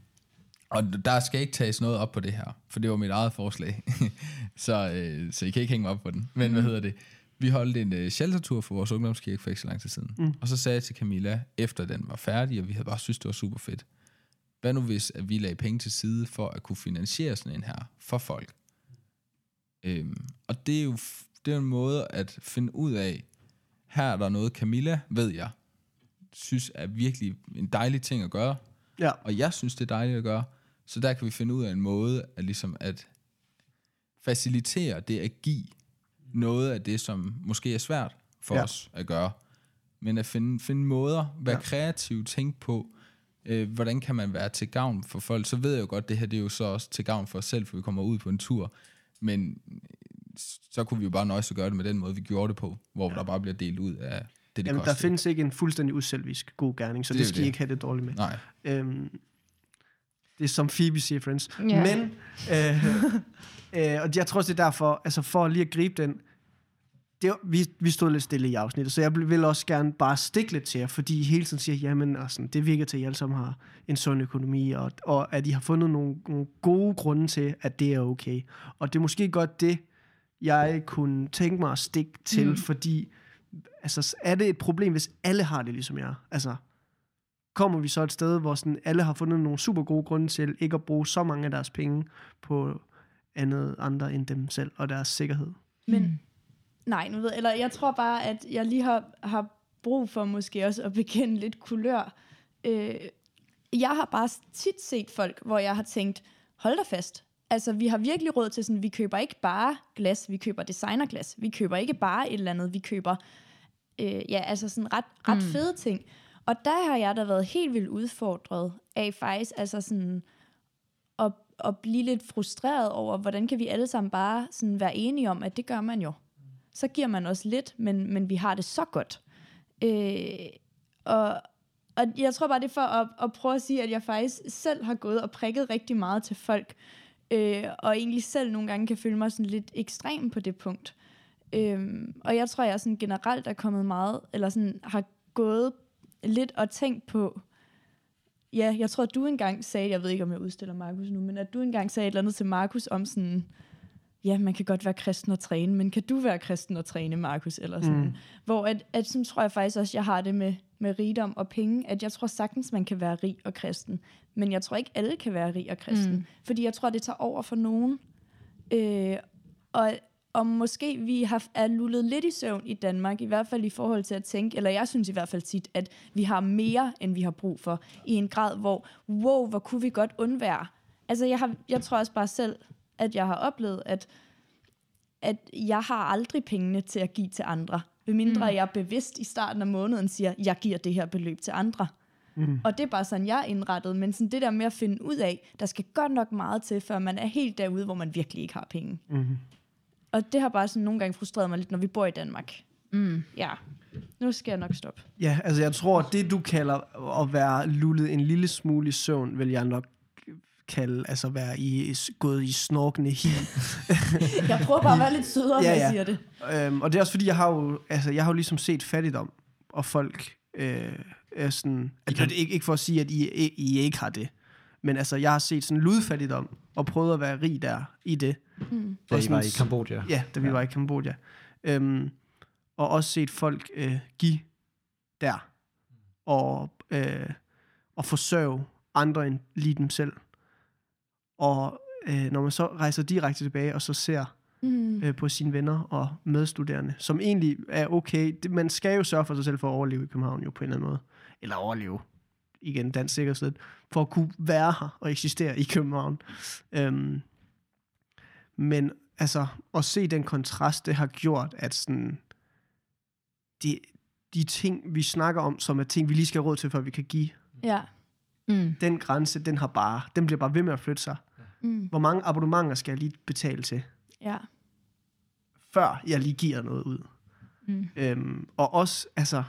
og der skal ikke tages noget op på det her, for det var mit eget forslag, så, øh, så I kan ikke hænge mig op på den. Men mm. hvad hedder det? Vi holdt en øh, sheltertur for vores ungdomskirke for ikke så lang tid siden, mm. og så sagde jeg til Camilla, efter den var færdig, og vi havde bare synes, det var super fedt, hvad nu hvis, at vi lagde penge til side for at kunne finansiere sådan en her for folk? Øhm, og det er jo det er en måde at finde ud af, her er der noget, Camilla, ved jeg, synes er virkelig en dejlig ting at gøre, Ja. og jeg synes, det er dejligt at gøre, så der kan vi finde ud af en måde at, ligesom at facilitere det at give noget af det, som måske er svært for ja. os at gøre, men at finde, finde måder, være ja. kreativ, tænke på, øh, hvordan kan man være til gavn for folk. Så ved jeg jo godt, det her det er jo så også til gavn for os selv, for vi kommer ud på en tur, men så kunne vi jo bare nøjes at gøre det med den måde, vi gjorde det på, hvor ja. der bare bliver delt ud af det, det Jamen, koster. der findes ikke en fuldstændig uselvisk god gerning, så det, det skal I ikke have det dårligt med. Nej. Øhm, det er som Phoebe siger, Friends. Ja. Men, øh, øh, og jeg tror også, det er derfor, altså for lige at gribe den, det var, vi, vi stod lidt stille i afsnittet, så jeg vil også gerne bare stikke lidt til jer, fordi I hele tiden siger, jamen, og sådan, det virker til, at I alle sammen har en sund økonomi, og, og at I har fundet nogle, nogle gode grunde til, at det er okay. Og det er måske godt det, jeg kunne tænke mig at stikke til, mm. fordi altså, er det et problem, hvis alle har det ligesom jeg? Altså, kommer vi så et sted, hvor sådan, alle har fundet nogle super gode grunde til ikke at bruge så mange af deres penge på andet andre end dem selv og deres sikkerhed? Men Mm. nej, nu ved jeg, eller jeg tror bare, at jeg lige har, har brug for måske også at bekende lidt kulør. Øh, jeg har bare tit set folk, hvor jeg har tænkt, hold da fast. Altså, vi har virkelig råd til sådan, vi køber ikke bare glas, vi køber designerglas. Vi køber ikke bare et eller andet, vi køber øh, ja, altså sådan ret, ret mm. fede ting. Og der har jeg da været helt vildt udfordret af faktisk, altså sådan at, at blive lidt frustreret over, hvordan kan vi alle sammen bare sådan være enige om, at det gør man jo. Så giver man os lidt, men, men vi har det så godt. Øh, og, og jeg tror bare, det er for at, at prøve at sige, at jeg faktisk selv har gået og prikket rigtig meget til folk, øh, og egentlig selv nogle gange kan føle mig sådan lidt ekstrem på det punkt. Øh, og jeg tror, jeg sådan generelt er kommet meget, eller sådan har gået lidt og tænkt på, ja, jeg tror, at du engang sagde, jeg ved ikke, om jeg udstiller Markus nu, men at du engang sagde et eller andet til Markus om sådan, ja, man kan godt være kristen og træne, men kan du være kristen og træne, Markus? Eller sådan. Mm. Hvor at, at, sådan tror jeg faktisk også, jeg har det med, med rigdom og penge, at jeg tror sagtens, man kan være rig og kristen, men jeg tror ikke, alle kan være rig og kristen, mm. fordi jeg tror, det tager over for nogen. Øh, og, og måske vi har, er lullet lidt i søvn i Danmark, i hvert fald i forhold til at tænke, eller jeg synes i hvert fald tit, at vi har mere, end vi har brug for, i en grad, hvor, wow, hvor kunne vi godt undvære. Altså, jeg, har, jeg tror også bare selv, at jeg har oplevet, at, at jeg har aldrig pengene til at give til andre. Ved mindre mm. jeg bevidst i starten af måneden siger, jeg giver det her beløb til andre. Mm. Og det er bare sådan, jeg er indrettet. Men sådan det der med at finde ud af, der skal godt nok meget til, før man er helt derude, hvor man virkelig ikke har penge. Mm. Og det har bare sådan nogle gange frustreret mig lidt, når vi bor i Danmark. Mm. Ja, nu skal jeg nok stoppe. Ja, altså jeg tror, det du kalder at være lullet en lille smule i søvn, vil jeg nok kalde, altså være i, gået i snorkende hi. Jeg prøver bare at være lidt sødere, ja, når ja. jeg siger det. Øhm, og det er også fordi, jeg har jo, altså, jeg har jo ligesom set fattigdom, og folk øh, er sådan, altså, det er ikke, ikke for at sige, at I, I, I ikke har det, men altså, jeg har set sådan ludfattigdom, og prøvet at være rig der, i det. Mm. Da I var i Kambodja. Ja, da vi ja. var i Kambodja. Øhm, og også set folk øh, give der, og øh, at forsørge andre end lige dem selv. Og øh, når man så rejser direkte tilbage, og så ser Mm. øh, på sine venner og medstuderende, som egentlig er okay. Det, man skal jo sørge for sig selv for at overleve i København jo på en eller anden måde. Eller overleve, igen, dansk sikkerhed, for at kunne være her og eksistere i København. Øhm, men altså, at se den kontrast, det har gjort, at sådan, de, de ting, vi snakker om, som er ting, vi lige skal have råd til, før vi kan give, Ja. Mm. den grænse, den har bare, den bliver bare ved med at flytte sig. Mm. Hvor mange abonnementer skal jeg lige betale til, Ja. før jeg lige giver noget ud? Mm. Øhm, og også, altså,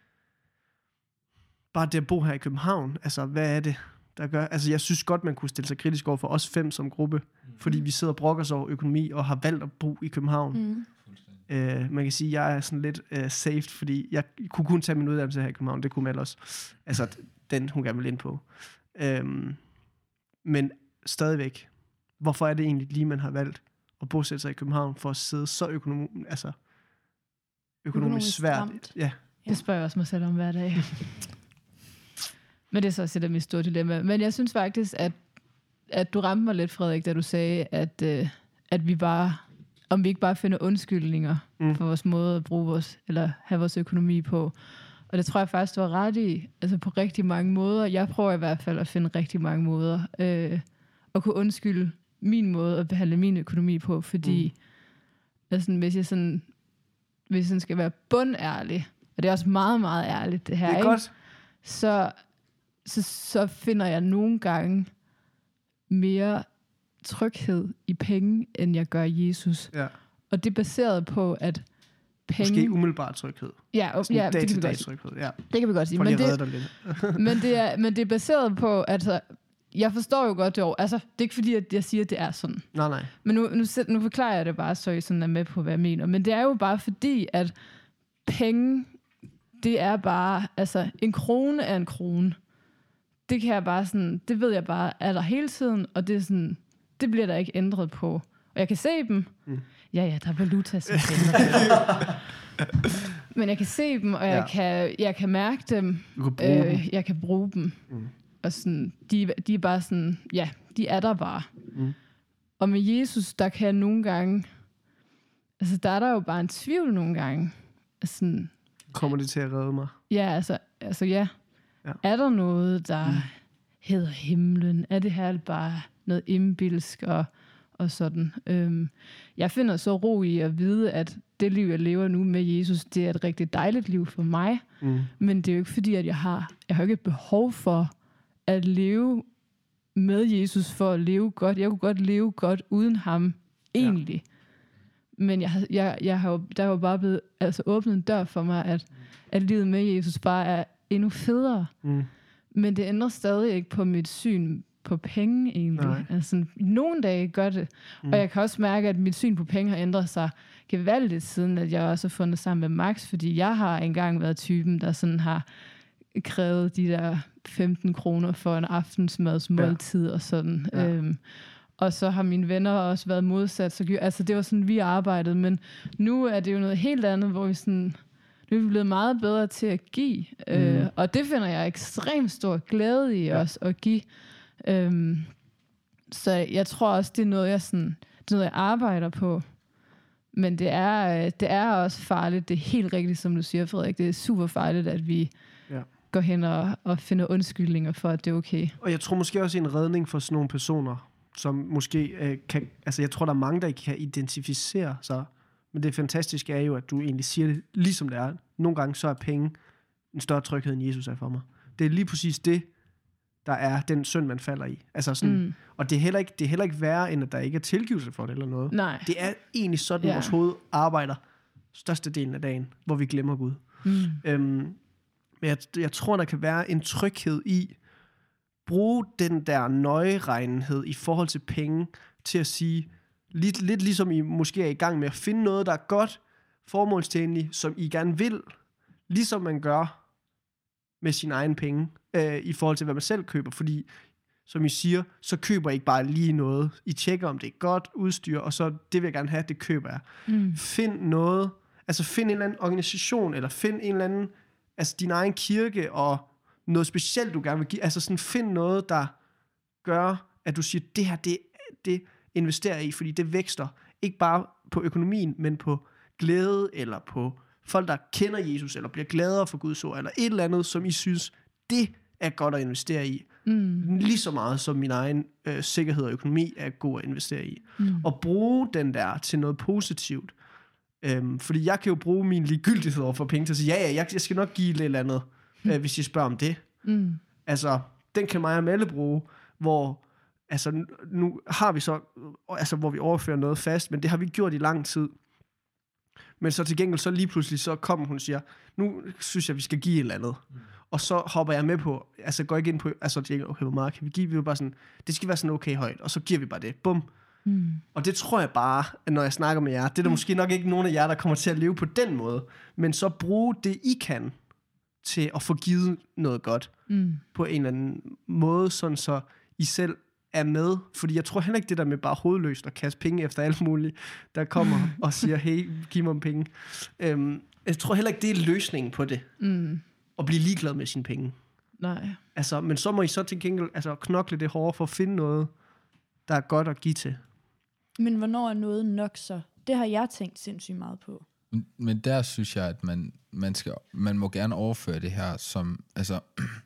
bare det at bo her i København, altså, hvad er det, der gør? Altså, jeg synes godt, man kunne stille sig kritisk over for os fem som gruppe, mm. fordi vi sidder og brokker os over økonomi, og har valgt at bo i København. Mm. Øh, man kan sige, at jeg er sådan lidt uh, saved, fordi jeg kunne kun tage min uddannelse her i København, det kunne Mel også. Altså, den hun gerne vil ind på. Øhm, men stadigvæk, hvorfor er det egentlig lige, man har valgt at bosætte sig i København, for at sidde så økonomisk, altså, økonomisk, Økonomisk svært? stramt. Ja. Det spørger jeg også mig selv om hver dag. Men det er så også et af mit store dilemma. Men jeg synes faktisk, at, at du ramte mig lidt, Frederik, da du sagde, at, øh, at vi bare, om vi ikke bare finder undskyldninger mm. for vores måde at bruge vores, eller have vores økonomi på. Og det tror jeg faktisk, du har ret i, altså på rigtig mange måder. Jeg prøver i hvert fald at finde rigtig mange måder, øh, at kunne undskylde min måde at behandle min økonomi på, fordi mm. altså, hvis jeg sådan, hvis jeg sådan skal være bundærlig, og det er også meget, meget ærligt det her, Det er ikke? godt. Så, så, så finder jeg nogle gange mere tryghed i penge, end jeg gør i Jesus. Ja. Og det er baseret på, at penge... Måske umiddelbar tryghed. Ja, og, Sådan ja det, kan vi dag-til-dag godt, tryghed. Ja. det kan vi godt sige. For Men lige at det, redde dig lidt. men, det er, men det er baseret på, at altså, jeg forstår jo godt det over. Altså, det er ikke fordi, at jeg siger, at det er sådan. Nej, nej. Men nu, nu, sæt- nu forklarer jeg det bare, så I sådan er med på, hvad jeg mener. Men det er jo bare fordi, at penge, det er bare, altså en krone er en krone. Det kan jeg bare sådan, det ved jeg bare, er der hele tiden, og det er sådan, det bliver der ikke ændret på. Og jeg kan se dem. Mm. Ja, ja, der er valuta, som men jeg kan se dem, og jeg, Ja. kan, jeg kan mærke dem. Du kan bruge dem. Øh, jeg kan bruge dem. Mm. Og sådan, de, de er bare sådan, ja, de er der bare. Mm. Og med Jesus, der kan jeg nogle gange, altså der er der jo bare en tvivl nogle gange. Altså, Kommer det til at redde mig? ja, altså, altså ja. Ja. Er der noget, der mm. hedder himlen? Er det her bare noget indbilsk og, og sådan? Øhm, jeg finder så ro i at vide, at det liv, jeg lever nu med Jesus, det er et rigtig dejligt liv for mig. Mm. Men det er jo ikke fordi, at jeg har, jeg har ikke et behov for at leve med Jesus for at leve godt. Jeg kunne godt leve godt uden ham, egentlig. Ja. Men jeg, jeg, jeg har jo, der er jo bare blevet altså, åbnet en dør for mig, at, at livet med Jesus bare er endnu federe. Mm. Men det ændrer stadig ikke på mit syn på penge, egentlig. Nej. Altså, nogle dage gør det. Mm. Og jeg kan også mærke, at mit syn på penge har ændret sig gevaldigt, siden at jeg også har fundet sammen med Max, fordi jeg har engang været typen, der sådan har krævet de der femten kroner for en aftensmadsmåltid ja. og sådan. Ja. Øhm, og så har mine venner også været modsat. Så, altså det var sådan, vi arbejdede. Men nu er det jo noget helt andet, hvor vi sådan... Nu er vi blevet meget bedre til at give. Mm. Øh, og det finder jeg ekstremt stor glæde i ja. os at give. Øhm, så jeg tror også, det er noget, jeg, sådan, det er noget, jeg arbejder på. Men det er, det er også farligt. Det er helt rigtigt, som du siger, Frederik. Det er super farligt, at vi ja. går hen og, og finder undskyldninger for, at det er okay. Og jeg tror måske også en redning for sådan nogle personer, som måske øh, kan... Altså jeg tror, der er mange, der ikke kan identificere sig. Men det fantastiske er jo, at du egentlig siger det ligesom det er. Nogle gange så er penge en større tryghed, end Jesus er for mig. Det er lige præcis det, der er den synd, man falder i. Altså sådan, mm. Og det er, heller ikke, det er heller ikke værre, end at der ikke er tilgivelse for det eller noget. Nej. Det er egentlig sådan, ja. vores hoved arbejder størstedelen af dagen, hvor vi glemmer Gud. Mm. Øhm, men jeg, jeg tror, der kan være en tryghed i bruge den der nøjeregnenhed i forhold til penge til at sige, lidt, lidt ligesom I måske er i gang med at finde noget, der er godt, formålstjenligt, som I gerne vil, ligesom man gør med sine egne penge, øh, i forhold til, hvad man selv køber. Fordi, som I siger, så køber I ikke bare lige noget. I tjekker, om det er godt udstyr, og så, det vil jeg gerne have, det køber jeg. Mm. Find noget, altså find en eller anden organisation, eller find en eller anden, altså din egen kirke, og noget specielt, du gerne vil give. Altså sådan, find noget, der gør, at du siger, det her, det, det investerer jeg i, fordi det vækster. Ikke bare på økonomien, men på glæde, eller på folk, der kender Jesus, eller bliver gladere for Guds ord, eller et eller andet, som I synes, det er godt at investere i. Mm. Lige så meget som min egen øh, sikkerhed og økonomi er god at investere i. Mm. Og bruge den der til noget positivt. Øhm, fordi jeg kan jo bruge min ligegyldighed over for penge til at sige, ja, ja, jeg, jeg skal nok give et eller andet, mm. øh, hvis I spørger om det. Mm. Altså, den kan mig og Melle bruge, hvor altså, nu, nu har vi så, altså, hvor vi overfører noget fast, men det har vi gjort i lang tid. Men så til gengæld, så lige pludselig, så kommer hun og siger, nu synes jeg, vi skal give et eller andet. Mm. Og så hopper jeg med på, altså går ikke ind på, altså tænker, okay, hvor meget kan vi give? Vi er bare sådan, det skal være sådan okay højt, og så giver vi bare det. Bum. Mm. Og det tror jeg bare, at når jeg snakker med jer, det er der mm. måske nok ikke nogen af jer, der kommer til at leve på den måde, men så bruge det, I kan, til at få givet noget godt, mm. på en eller anden måde, sådan så I selv er med. Fordi jeg tror heller ikke det der med bare hovedløst at kaste penge efter alt muligt, der kommer og siger, hey, giv mig penge. Øhm, jeg tror heller ikke, det er løsningen på det. Mm. At blive ligeglad med sine penge. Nej. Altså, men så må I så til gengæld altså, knokle det hårdere for at finde noget, der er godt at give til. Men hvornår er noget nok så? Det har jeg tænkt sindssygt meget på. Men, men der synes jeg, at man, man, skal, man må gerne overføre det her som, altså,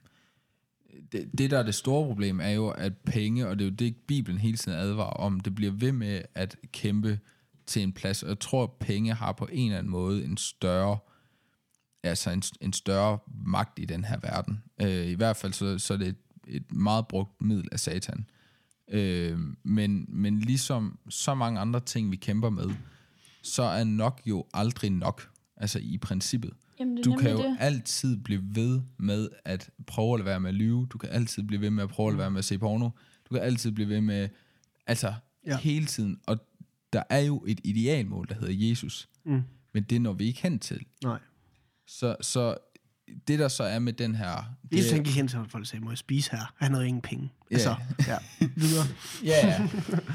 det, det der er det store problem, er jo, at penge, og det er jo det, Bibelen hele tiden advarer om, det bliver ved med at kæmpe til en plads, og jeg tror, at penge har på en eller anden måde en større, altså en, en større magt i den her verden. Øh, I hvert fald så, så er det et, et meget brugt middel af Satan. Øh, men, men ligesom så mange andre ting, vi kæmper med, så er nok jo aldrig nok, altså i princippet. Jamen, du kan jo det. altid blive ved med at prøve at lade være med at lyve, du kan altid blive ved med at prøve at lade være med at se porno, du kan altid blive ved med, altså ja. hele tiden, og der er jo et idealmål, der hedder Jesus, mm. men det når vi ikke hen til. Nej. Så, så det der så er med den her... Det er sådan, gik hen til, at folk sagde, må jeg spise her? Han havde ingen penge. Yeah. Altså, ja, videre. Ja,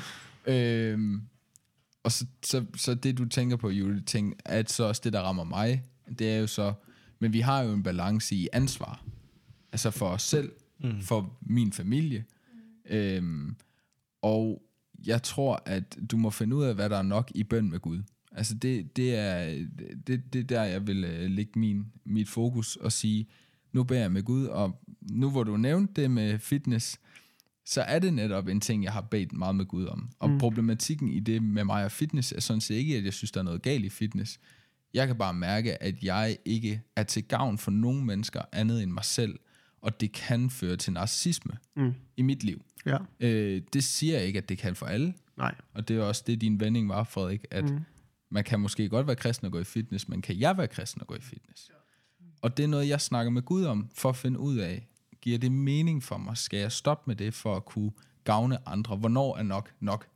yeah. øhm, og så, så, så det, du tænker på, Julie, tænker, at så også det, der rammer mig, det er jo så... Men vi har jo en balance i ansvar. Altså for os selv, mm. for min familie. Mm. Øhm, og jeg tror, at du må finde ud af, hvad der er nok i bøn med Gud. Altså det, det er det, det der, jeg vil uh, lægge min, mit fokus og sige, nu beder jeg med Gud, og nu hvor du nævnte det med fitness, så er det netop en ting, jeg har bedt meget med Gud om. Og mm. problematikken i det med mig og fitness er sådan set ikke, at jeg synes, der er noget galt i fitness. Jeg kan bare mærke, at jeg ikke er til gavn for nogen mennesker andet end mig selv, og det kan føre til narcissisme mm. i mit liv. Ja. Øh, det siger jeg ikke, at det kan for alle. Nej. Og det er også det, din vending var, Frederik, at mm. man kan måske godt være kristen og gå i fitness, men kan jeg være kristen og gå i fitness? Og det er noget, jeg snakker med Gud om, for at finde ud af, giver det mening for mig? Skal jeg stoppe med det, for at kunne gavne andre? Hvornår er nok nok?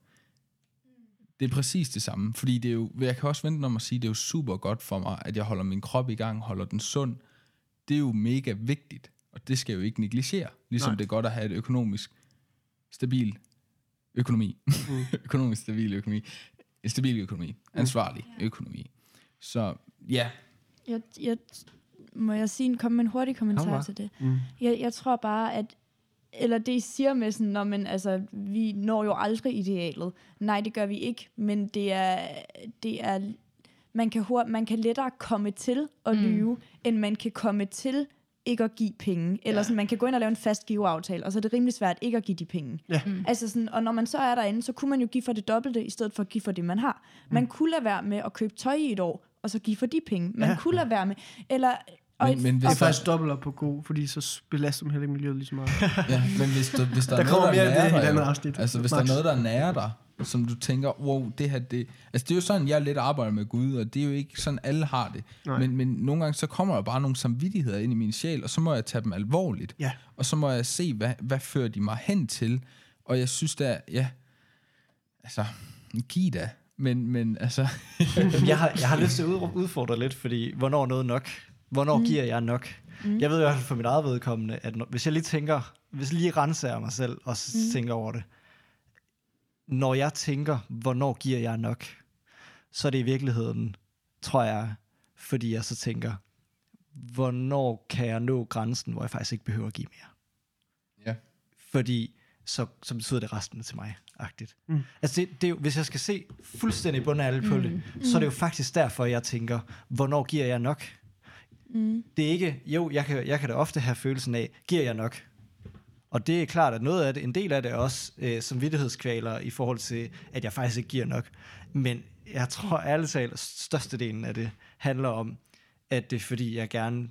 Det er præcis det samme, fordi det er jo, jeg kan også vente om at sige, det er jo super godt for mig, at jeg holder min krop i gang, holder den sund. Det er jo mega vigtigt, og det skal jeg jo ikke negligere, ligesom Nej. Det er godt at have et økonomisk stabil økonomi. Mm. økonomisk stabil økonomi. Stabil økonomi. Ansvarlig mm. økonomi. Så ja. Jeg, jeg, må jeg sige, komme med en hurtig kommentar Hammer. til det? Mm. Jeg, jeg tror bare, at eller det I siger med sådan, når man, altså, vi når jo aldrig idealet. Nej, det gør vi ikke, men det er, det er man, kan hurtigt, man kan lettere komme til at lyve, mm. end man kan komme til ikke at give penge. Eller ja. sådan, man kan gå ind og lave en fast giveaftale, og så er det rimelig svært ikke at give de penge. Ja. Mm. Altså sådan, og når man så er derinde, så kunne man jo give for det dobbelte, i stedet for at give for det, man har. Mm. Man kunne lade være med at købe tøj i et år, og så give for de penge. Man ja. kunne lade være med, eller... Men, men hvis det er faktisk dobbelt op på god, fordi så belaster man heller ikke miljøet lige så meget. Ja, men hvis, du, hvis der, der er noget, der nærer dig, andet afsnit. Altså hvis Max. Der er noget, der nærer dig, som du tænker, wow, det her, det... Altså det er jo sådan, jeg lidt arbejder med Gud, og det er jo ikke sådan, alle har det. Men, men nogle gange, så kommer der bare nogle samvittigheder ind i min sjæl, og så må jeg tage dem alvorligt. Ja. Og så må jeg se, hvad, hvad fører de mig hen til. Og jeg synes da, ja... Altså, giv da. Men, men altså... jeg, har, jeg har lyst til at udfordre lidt, fordi hvornår noget nok... Hvornår mm. giver jeg nok? Mm. Jeg ved jo for mit eget vedkommende, at når, hvis jeg lige tænker, hvis jeg lige renser mig selv og mm. tænker over det, når jeg tænker, hvornår giver jeg nok, så er det i virkeligheden, tror jeg, fordi jeg så tænker, hvornår kan jeg nå grænsen, hvor jeg faktisk ikke behøver at give mere. Ja. Fordi så, så betyder det resten til mig-agtigt. Mm. Altså det, det er jo, hvis jeg skal se fuldstændig bunden af alle på Mm. det, så er det jo faktisk derfor, jeg tænker, hvornår giver jeg nok? Mm. Det er ikke, jo, jeg kan, jeg kan da ofte have følelsen af, giver jeg nok? Og det er klart, at noget af det, en del af det er også øh, samvittighedskvaler i forhold til, at jeg faktisk ikke giver nok. Men jeg tror ærligt talt, at størstedelen af det handler om, at det er fordi, jeg gerne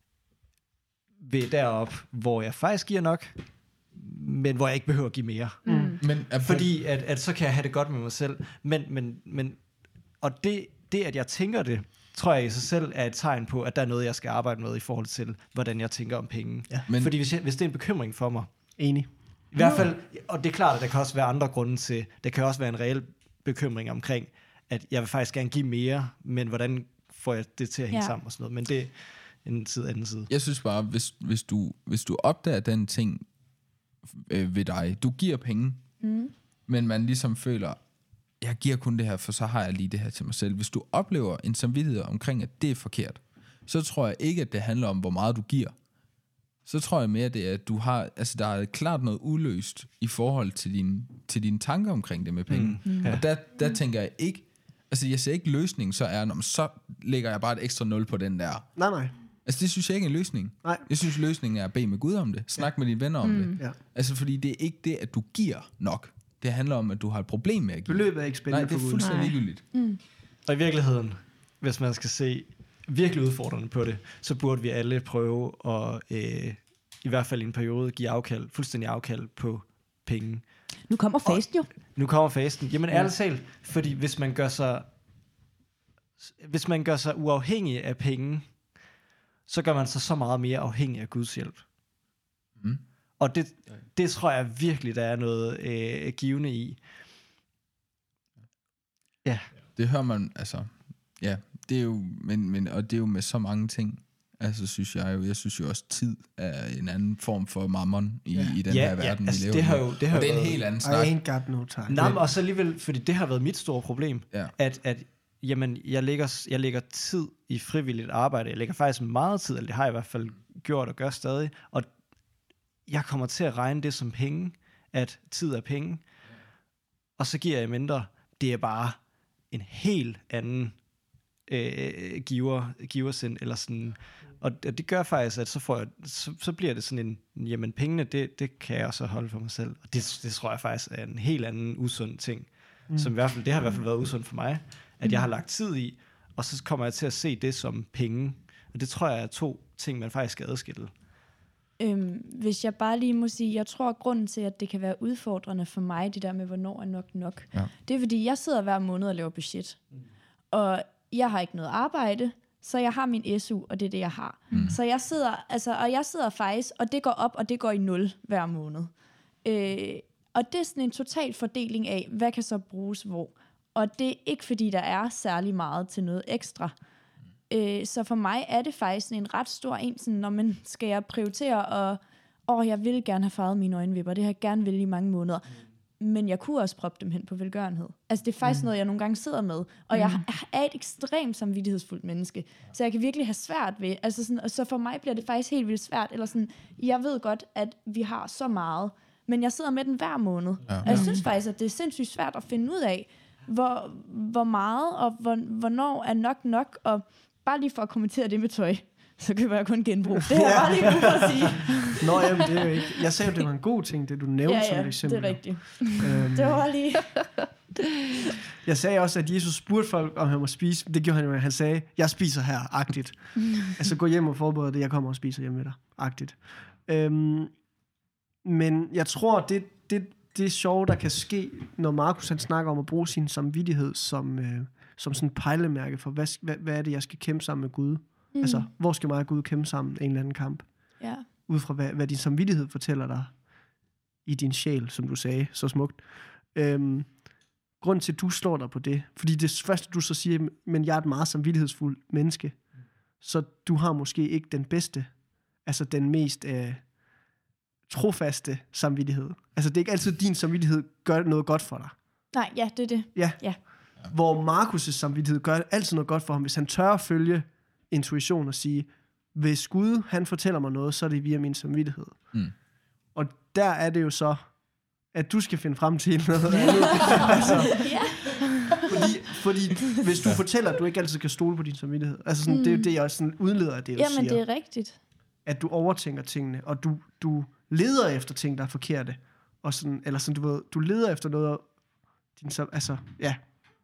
vil derop, hvor jeg faktisk giver nok, men hvor jeg ikke behøver at give mere. Mm. Men er Fordi at, at så kan jeg have det godt med mig selv. Men, men, men, og det, det, at jeg tænker det, tror jeg i sig selv er et tegn på, at der er noget, jeg skal arbejde med i forhold til, hvordan jeg tænker om penge. Ja. Men- Fordi hvis, jeg, hvis det er en bekymring for mig, Enig. i hvert fald, og det er klart, at der kan også være andre grunde til, der kan også være en reel bekymring omkring, at jeg vil faktisk gerne give mere, men hvordan får jeg det til at hænge Ja. sammen og sådan noget. Men det er en tid anden side. Jeg synes bare, hvis, hvis, du, hvis du opdager den ting øh, ved dig, du giver penge, Mm. men man ligesom føler, jeg giver kun det her, for så har jeg lige det her til mig selv. Hvis du oplever en samvittighed omkring, at det er forkert, så tror jeg ikke, at det handler om, hvor meget du giver. Så tror jeg mere, det er, at du har, altså der er klart noget uløst i forhold til, din, til dine tanker omkring det med penge. Mm. Mm. Ja. Og der, der tænker jeg ikke, altså jeg ser ikke løsningen, så er, så lægger jeg bare et ekstra nul på den der. Nej, nej. Altså det synes jeg ikke er en løsning. Nej. Jeg synes løsningen er at bede med Gud om det. Snak ja. med dine venner om Mm. det. Ja. Altså fordi det er ikke det, at du giver nok. Det handler om, at du har et problem med at give. Beløbet er ikke Nej, spændende det er for Gud. fuldstændig Nej. ligegyldigt. Mm. Og i virkeligheden, hvis man skal se virkelig udfordrende på det, så burde vi alle prøve at, øh, i hvert fald i en periode, give afkald, fuldstændig afkald på penge. Nu kommer fasten jo. Nu kommer fasten. Jamen ærligt talt, fordi hvis man gør sig, hvis man gør sig uafhængig af penge, så gør man sig så meget mere afhængig af Guds hjælp. Mm. Og det, det tror jeg virkelig, der er noget øh, givende i. Ja. Det hører man, altså, ja, det er jo, men, men, og det er jo med så mange ting, altså synes jeg jo, jeg synes jo også, tid er en anden form for mammon i, Ja. i den Ja, her verden, ja, altså, vi lever det har i. jo- det har og det er jo en været- helt anden I snak. ain't got no time. Nej, men også alligevel, fordi det har været mit store problem, Ja. at, at jamen, jeg, lægger, jeg lægger tid i frivilligt arbejde. Jeg lægger faktisk meget tid, eller det har jeg i hvert fald gjort og gør stadig, og jeg kommer til at regne det som penge, at tid er penge, og så giver jeg mindre. Det er bare en helt anden øh, giver, giversind, eller sådan, og det, det gør faktisk, at så, får jeg, så, så bliver det sådan en, jamen pengene, det, det kan jeg så holde for mig selv, og det, det tror jeg faktisk er en helt anden usund ting, mm. som i hvert fald, det har i hvert fald været usundt for mig, at jeg har lagt tid i, og så kommer jeg til at se det som penge, og det tror jeg er to ting, man faktisk skal adskille. Øhm, hvis jeg bare lige må sige, jeg tror, at grunden til, at det kan være udfordrende for mig, det der med, hvornår er nok nok, Ja. det er, fordi jeg sidder hver måned og laver budget. Mm. Og jeg har ikke noget arbejde, så jeg har min S U, og det er det, jeg har. Mm. Så jeg sidder, altså, og jeg sidder faktisk, og det går op, og det går i nul hver måned. Øh, og det er sådan en total fordeling af, hvad kan så bruges hvor. Og det er ikke, fordi der er særlig meget til noget ekstra. Øh, så for mig er det faktisk sådan en ret stor en, sådan, når man skal jeg prioritere, og åh, jeg vil gerne have farvet mine øjenvipper, det har jeg gerne vil i mange måneder. Men jeg kunne også proppe dem hen på velgørenhed. Altså det er faktisk mm. noget, jeg nogle gange sidder med. Og mm. jeg er et ekstremt samvittighedsfuldt menneske. Så jeg kan virkelig have svært ved. Altså sådan, og så for mig bliver det faktisk helt vildt svært. Eller sådan, jeg ved godt, at vi har så meget. Men jeg sidder med den hver måned. Ja. Og jeg synes faktisk, at det er sindssygt svært at finde ud af, hvor, hvor meget og hvor, hvornår er nok nok. Og bare lige for at kommentere det med tøj, så køber jeg kun genbrug. Det har jeg bare lige brug for at sige. Nå, jamen, det er jo ikke... Jeg sagde jo, det var en god ting, det du nævnte Ja, som ja, et eksempel. det er rigtigt. Øhm, Det var bare lige... Jeg sagde også, at Jesus spurgte folk, om han må spise. Det gjorde han jo. Han sagde, jeg spiser her, agtigt. Altså gå hjem og forberede det, jeg kommer og spiser hjemme med dig, agtigt. Øhm, men jeg tror, det, det, det sjove, der kan ske, når Markus han snakker om at bruge sin samvittighed som, øh, som sådan et pejlemærke for, hvad, hvad, hvad er det, jeg skal kæmpe sammen med Gud? Mm. Altså, hvor skal mig og Gud kæmpe sammen en eller anden kamp? Ja. Ud fra, hvad, hvad din samvittighed fortæller dig i din sjæl, som du sagde så smukt. Øhm, grund til, at du slår dig på det, fordi det første, du så siger, men jeg er et meget samvittighedsfuldt menneske, så du har måske ikke den bedste, altså den mest øh, trofaste samvittighed. Altså det er ikke altid, din samvittighed gør noget godt for dig. Nej, ja, det er det. Ja. Ja. Hvor Markus' samvittighed gør altid noget godt for ham, hvis han tør at følge intuition og sige, hvis Gud, han fortæller mig noget, så er det via min samvittighed. Mm. Og der er det jo så, at du skal finde frem til noget andet. altså, Ja. fordi, fordi hvis du fortæller, at du ikke altid kan stole på din samvittighed, altså sådan, mm. det er jo det, jeg sådan udleder af det, du Jamen, siger. det er rigtigt. At du overtænker tingene, og du, du leder efter ting, der er forkerte. Og sådan, eller sådan, du ved, du leder efter noget, din, altså, ja.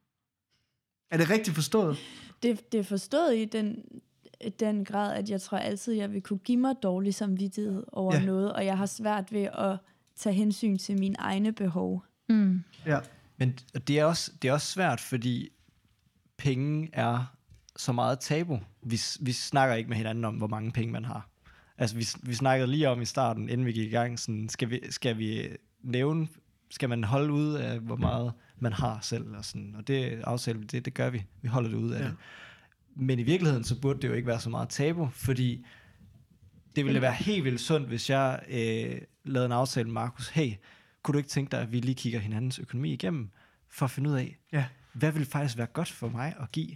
Er det rigtigt forstået? Det, det er forstået i den, den grad, at jeg tror altid, jeg vil kunne give mig dårlig samvittighed over Ja. noget, og jeg har svært ved at tage hensyn til mine egne behov. Mm. Ja. Men det er, også, det er også svært, fordi penge er så meget tabu. Vi, vi snakker ikke med hinanden om, hvor mange penge man har. Altså, vi, vi snakkede lige om i starten, inden vi gik i gang, sådan, skal, vi, skal vi nævne, skal man holde ud af, hvor meget man har selv, og, sådan, og det aftaler vi, det, det gør vi. Vi holder det ud af Ja. det. Men i virkeligheden, så burde det jo ikke være så meget tabu, fordi det ville være helt vildt sundt, hvis jeg øh, lavede en aftale med Markus. Hey, kunne du ikke tænke dig, at vi lige kigger hinandens økonomi igennem, for at finde ud af, Ja. hvad vil faktisk være godt for mig at give?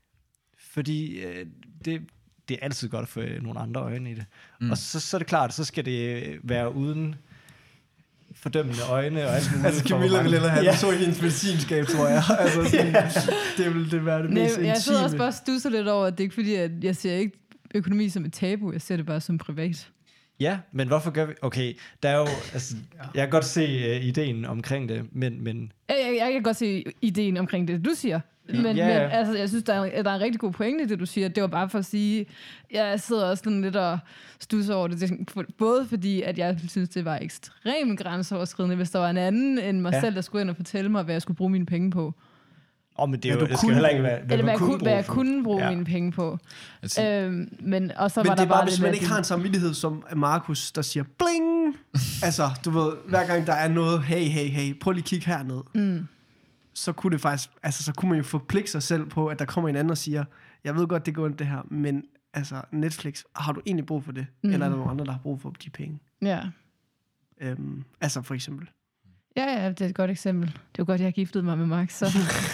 Fordi øh, det, det er altid godt for øh, nogle andre øjne i det. Mm. Og så, så er det klart, så skal det være uden fordømmende øjne og alt muligt. Altså, for, Camilla hvor vil hellere have, Ja. ja. så i hendes benzinskab, tror jeg. Altså, sådan, det vil det være det Nej, mest jeg sidder også intime. bare og stusser lidt over, at det er ikke fordi, at jeg ser ikke økonomi som et tabu, jeg ser det bare som privat. Ja, men hvorfor gør vi... Okay, der er jo... Altså, jeg kan godt se uh, ideen omkring det, men... men Jeg, jeg, jeg kan godt se ideen omkring det, du siger. Men, Ja, men ja. altså, jeg synes, der er, der er en rigtig god pointe i det, du siger. Det var bare for at sige, jeg sidder også sådan lidt og stusser over det. Det er både fordi, at jeg synes, det var ekstremt grænseoverskridende, hvis der var en anden end mig Ja. ja. selv, der skulle ind og fortælle mig, hvad jeg skulle bruge mine penge på. Åh, men det, er Hvad jo, du det skal kunne heller ikke bruge. være... Hvad Eller du hvad jeg, kunne, hvad jeg for. kunne bruge Ja. mine penge på. Altså, Øhm, men, og så Men var det er der bare, bare hvis lidt man med, ikke at har en samvittighed som Markus, der siger bling. Altså, du ved, hver gang der er noget, hey, hey, hey, prøv lige at kigge herned. Mm. Så kunne det faktisk, altså, så kunne man jo forpligte sig selv på, at der kommer en anden og siger, jeg ved godt, det går ondt det her, men altså, Netflix, har du egentlig brug for det? Mm. Eller er der nogen andre, der har brug for de penge? Ja. Øhm, altså, for eksempel. Ja, ja, det er et godt eksempel. Det var godt, jeg har giftet mig med Max, så...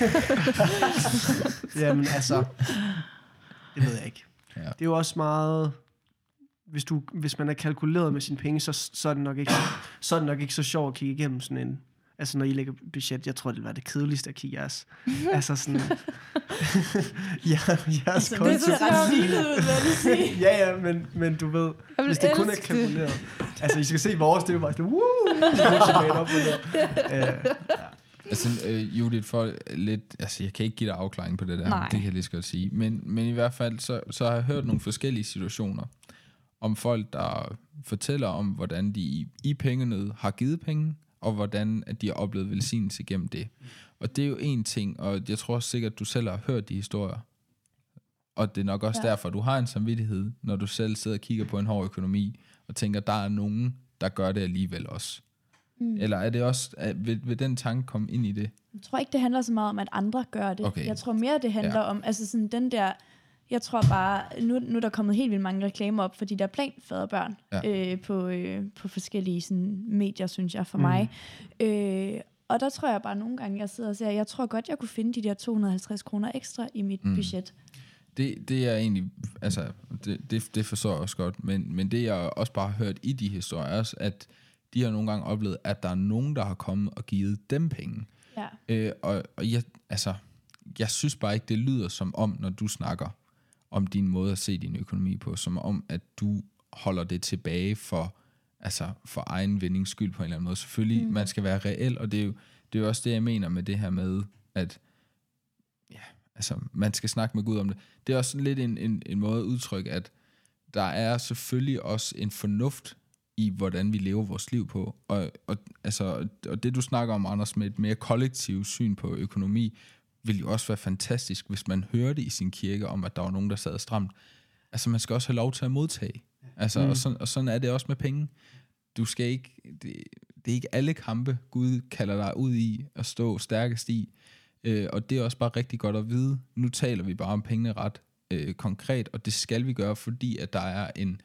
Jamen, altså, det ved jeg ikke. Ja. Det er jo også meget, hvis, du, hvis man er kalkuleret med sine penge, så, så, er det nok ikke, så er det nok ikke så sjovt at kigge igennem sådan en, altså når I lægger budget, jeg tror, det vil være det kedeligste at kigge jeres, altså sådan, ja, jeres Det konto. er så ret fint ud, hvad du siger. Ja, ja, men, men du ved, vil hvis det kun er elske det. kalkuleret. Altså, I skal se vores, det er jo bare sådan, woo, op og ned. Øh, Altså, øh, Judith, for lidt... Altså, jeg kan ikke give dig afklaring på det der. Nej. Det kan jeg lige så godt sige. Men, men i hvert fald, så, så har jeg hørt nogle forskellige situationer om folk, der fortæller om, hvordan de i, i pengenød har givet penge, og hvordan at de har oplevet velsignelse gennem det. Og det er jo en ting, og jeg tror sikkert, du selv har hørt de historier. Og det er nok også Ja. ja. derfor, du har en samvittighed, når du selv sidder og kigger på en hård økonomi, og tænker, der er nogen, der gør det alligevel også. Mm. Eller er det også, at, vil, vil den tanke komme ind i det? Jeg tror ikke, det handler så meget om, at andre gør det. Okay. Jeg tror mere, det handler Ja. om, altså sådan den der, jeg tror bare, nu, nu er der kommet helt vildt mange reklamer op for de der planfaderbørn Ja. øh, på, øh, på forskellige sådan, medier, synes jeg, for Mm. mm. mig. Øh, og der tror jeg bare nogle gange, jeg sidder og siger, jeg tror godt, jeg kunne finde de der to hundrede og halvtreds kroner ekstra i mit Mm. mm. budget. Det, det er egentlig, altså, det, det, det forstår jeg også godt, men, men det jeg også bare har hørt i de historier, er også, at de har nogle gange oplevet, at der er nogen, der har kommet og givet dem penge. Ja. Øh, og og jeg, altså, jeg synes bare ikke, det lyder som om, når du snakker om din måde at se din økonomi på, som om, at du holder det tilbage for, altså, for egen vindings skyld på en eller anden måde. Selvfølgelig, mm. man skal være reel, og det er, jo, det er jo også det, jeg mener med det her med, at ja, altså, man skal snakke med Gud om det. Det er også lidt en, en, en måde at udtrykke, at der er selvfølgelig også en fornuft i, hvordan vi lever vores liv på. Og, og, altså, og det, du snakker om, Anders, med et mere kollektivt syn på økonomi, vil jo også være fantastisk, hvis man hørte i sin kirke om, at der var nogen, der sad stramt. Altså, man skal også have lov til at modtage. Altså, mm. og, sådan, og sådan er det også med penge. Du skal ikke... Det, det er ikke alle kampe, Gud kalder dig ud i at stå stærkest i. Øh, og det er også bare rigtig godt at vide. Nu taler vi bare om pengene ret øh, konkret, og det skal vi gøre, fordi at der er en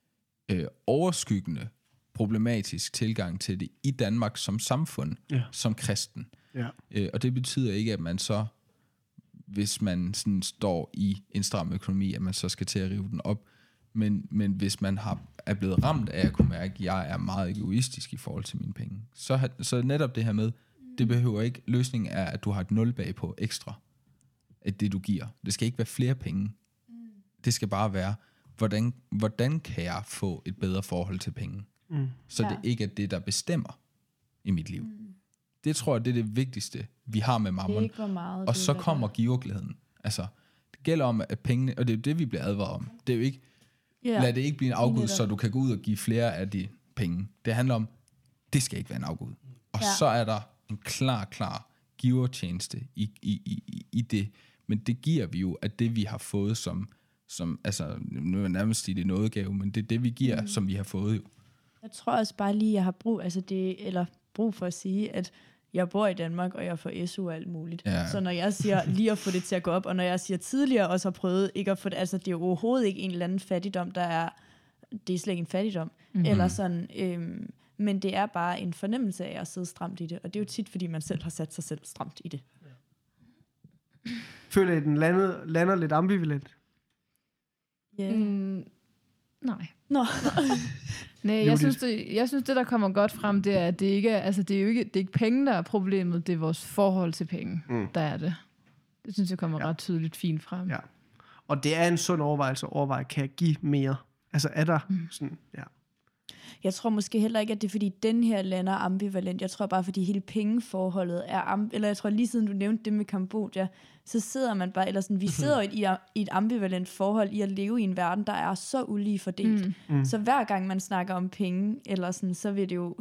øh, overskyggende problematisk tilgang til det i Danmark som samfund, Ja. som kristen. ja. Øh, og det betyder ikke, at man så, hvis man sådan står i en stram økonomi, at man så skal til at rive den op. Men, men hvis man har, er blevet ramt af at kunne mærke, at jeg er meget egoistisk i forhold til mine penge, så, har, så netop det her med, det behøver ikke, løsningen er, at du har et nul bag på ekstra, af det du giver. Det skal ikke være flere penge. Det skal bare være, hvordan, hvordan kan jeg få et bedre forhold til penge? Mm. Så ja. det ikke er det, der bestemmer i mit liv. Mm. Det tror jeg, det er det vigtigste, vi har med mammon. Det er ikke, meget, og så kommer giverglæden. Altså, det gælder om, at pengene, og det er jo det, vi bliver advaret om. Det er jo ikke, yeah. lad det ikke blive en afgud, så du kan gå ud og give flere af de penge. Det handler om, det skal ikke være en afgud. Og ja. så er der en klar, klar givertjeneste i, i, i, i det. Men det giver vi jo, at det vi har fået som, som altså, nu er jeg nærmest i det nådegave, men det er det, vi giver, mm. som vi har fået jo. Jeg tror også bare lige, jeg har brug, altså det, eller brug for at sige, at jeg bor i Danmark, og jeg får S U og alt muligt. Ja. Så når jeg siger lige at få det til at gå op, og når jeg siger tidligere også har prøvet ikke at få det, altså det er jo overhovedet ikke en eller anden fattigdom, der er, det er slet ikke en fattigdom, mm-hmm. eller sådan, øhm, men det er bare en fornemmelse af at sidde stramt i det, og det er jo tit, fordi man selv har sat sig selv stramt i det. Ja. Føler I, den lander, lander lidt ambivalent? Yeah. Mm, nej. Nå. Nej, jeg synes, det, jeg synes, det, der kommer godt frem, det er, at det ikke er, altså, det er jo ikke, det er ikke penge, der er problemet, det er vores forhold til penge, mm. der er det. Det synes jeg kommer ja. ret tydeligt fint frem. Ja. Og det er en sund overvejelse at overveje, kan jeg give mere? Altså er der mm. sådan, ja. Jeg tror måske heller ikke, at det er, fordi den her lander ambivalent. Jeg tror bare, fordi hele pengeforholdet er, amb- eller jeg tror lige siden du nævnte det med Kambodja, så sidder man bare, eller sådan, vi sidder i, i et ambivalent forhold i at leve i en verden, der er så ulige fordelt. Mm. Mm. Så hver gang man snakker om penge, eller sådan, så vil det jo,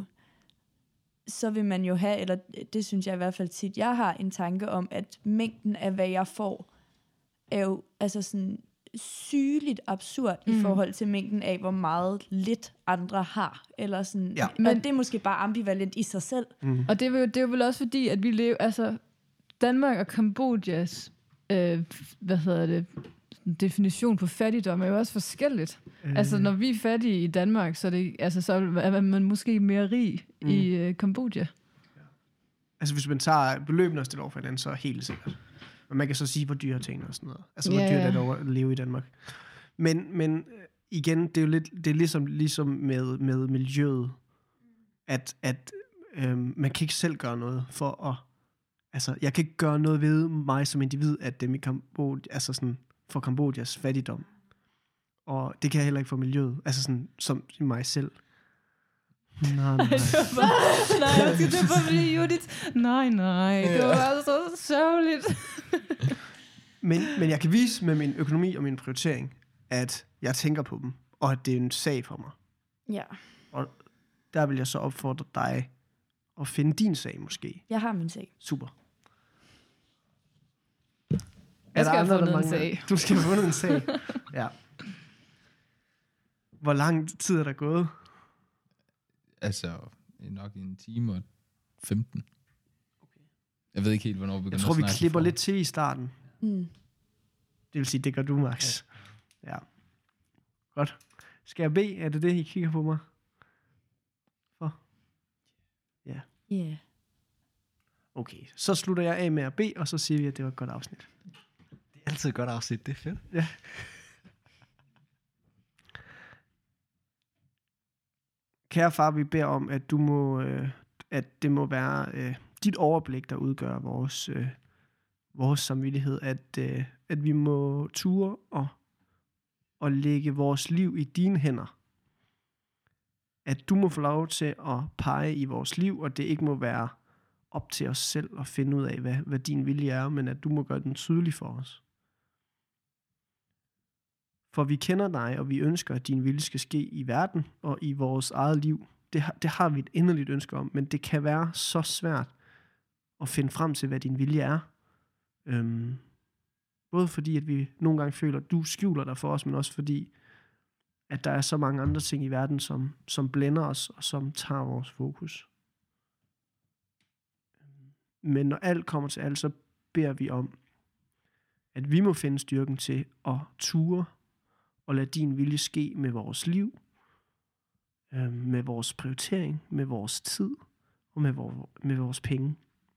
så vil man jo have, eller det synes jeg i hvert fald tit, jeg har en tanke om, at mængden af, hvad jeg får, er jo, altså sådan, sygeligt absurd mm. i forhold til mængden af, hvor meget lidt andre har. Eller sådan, ja. Men det er måske bare ambivalent i sig selv. Mm. Og det er, jo, det er jo vel også fordi, at vi lever, altså Danmark og Kambodjas, øh, hvad hedder det, definition på fattigdom er jo også forskelligt. Øh. Altså når vi er fattige i Danmark, så er, det, altså, så er man måske mere rig mm. i øh, Kambodja. Ja. Altså hvis man tager beløbene og stiller over for hinanden, så er helt sikkert. Men man kan så sige, hvor dyre ting og sådan noget. Altså, hvor yeah. dyrt er det at leve i Danmark. Men, men igen, det er jo lidt, det er ligesom, ligesom med, med miljøet, at, at øhm, man kan ikke selv gøre noget for at, altså, jeg kan ikke gøre noget ved mig som individ, at dem i Kambodja, altså sådan, for Kambodjas fattigdom. Og det kan jeg heller ikke for miljøet, altså sådan, som i mig selv. Nej, nej. nej, jeg skal til at blive Judith. Nej, nej, det var altså så sørgeligt. men, men jeg kan vise med min økonomi og min prioritering, at jeg tænker på dem, og at det er en sag for mig. Ja. Og der vil jeg så opfordre dig at finde din sag måske. Jeg har min sag. Super. Jeg skal have fundet en sag. Du skal have fundet en sag. Ja. Hvor lang tid er der gået? Altså, nok en time og femten. Okay. Jeg ved ikke helt, hvornår vi begynder at snakke. Jeg tror, vi klipper for. lidt til i starten. Mm. Det vil sige, det gør du, Max. Ja. ja. Godt. Skal jeg bede? Er det det, I kigger på mig? For? Ja. Ja. Yeah. Okay, så slutter jeg af med at bede, og så siger vi, at det var et godt afsnit. Det er altid et godt afsnit, det er fedt. Ja. Kære far, vi beder om, at du må, øh, at det må være øh, dit overblik, der udgør vores, øh, vores samvittighed, at, øh, at vi må ture og, og lægge vores liv i dine hænder. At du må få lov til at pege i vores liv, og det ikke må være op til os selv at finde ud af, hvad, hvad din vilje er, men at du må gøre den tydelig for os. For vi kender dig, og vi ønsker, at din vilje skal ske i verden og i vores eget liv. Det har, det har vi et inderligt ønske om, men det kan være så svært at finde frem til, hvad din vilje er. Øhm, både fordi, at vi nogle gange føler, at du skjuler dig for os, men også fordi, at der er så mange andre ting i verden, som, som blænder os og som tager vores fokus. Men når alt kommer til alt, så beder vi om, at vi må finde styrken til at ture og lade din vilje ske med vores liv, øh, med vores prioritering, med vores tid og med, vor, med vores penge.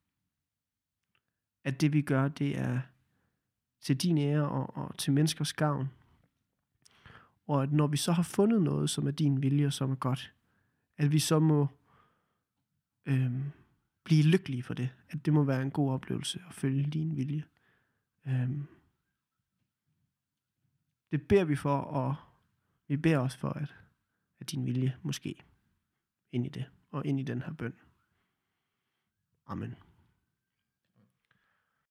At det vi gør, det er til din ære og, og til menneskers gavn. Og at når vi så har fundet noget, som er din vilje, og som er godt, at vi så må øhm, blive lykkelige for det. At det må være en god oplevelse at følge din vilje. Øhm, det beder vi for, og vi beder også for, at, at din vilje måske ind i det, og ind i den her bøn. Amen.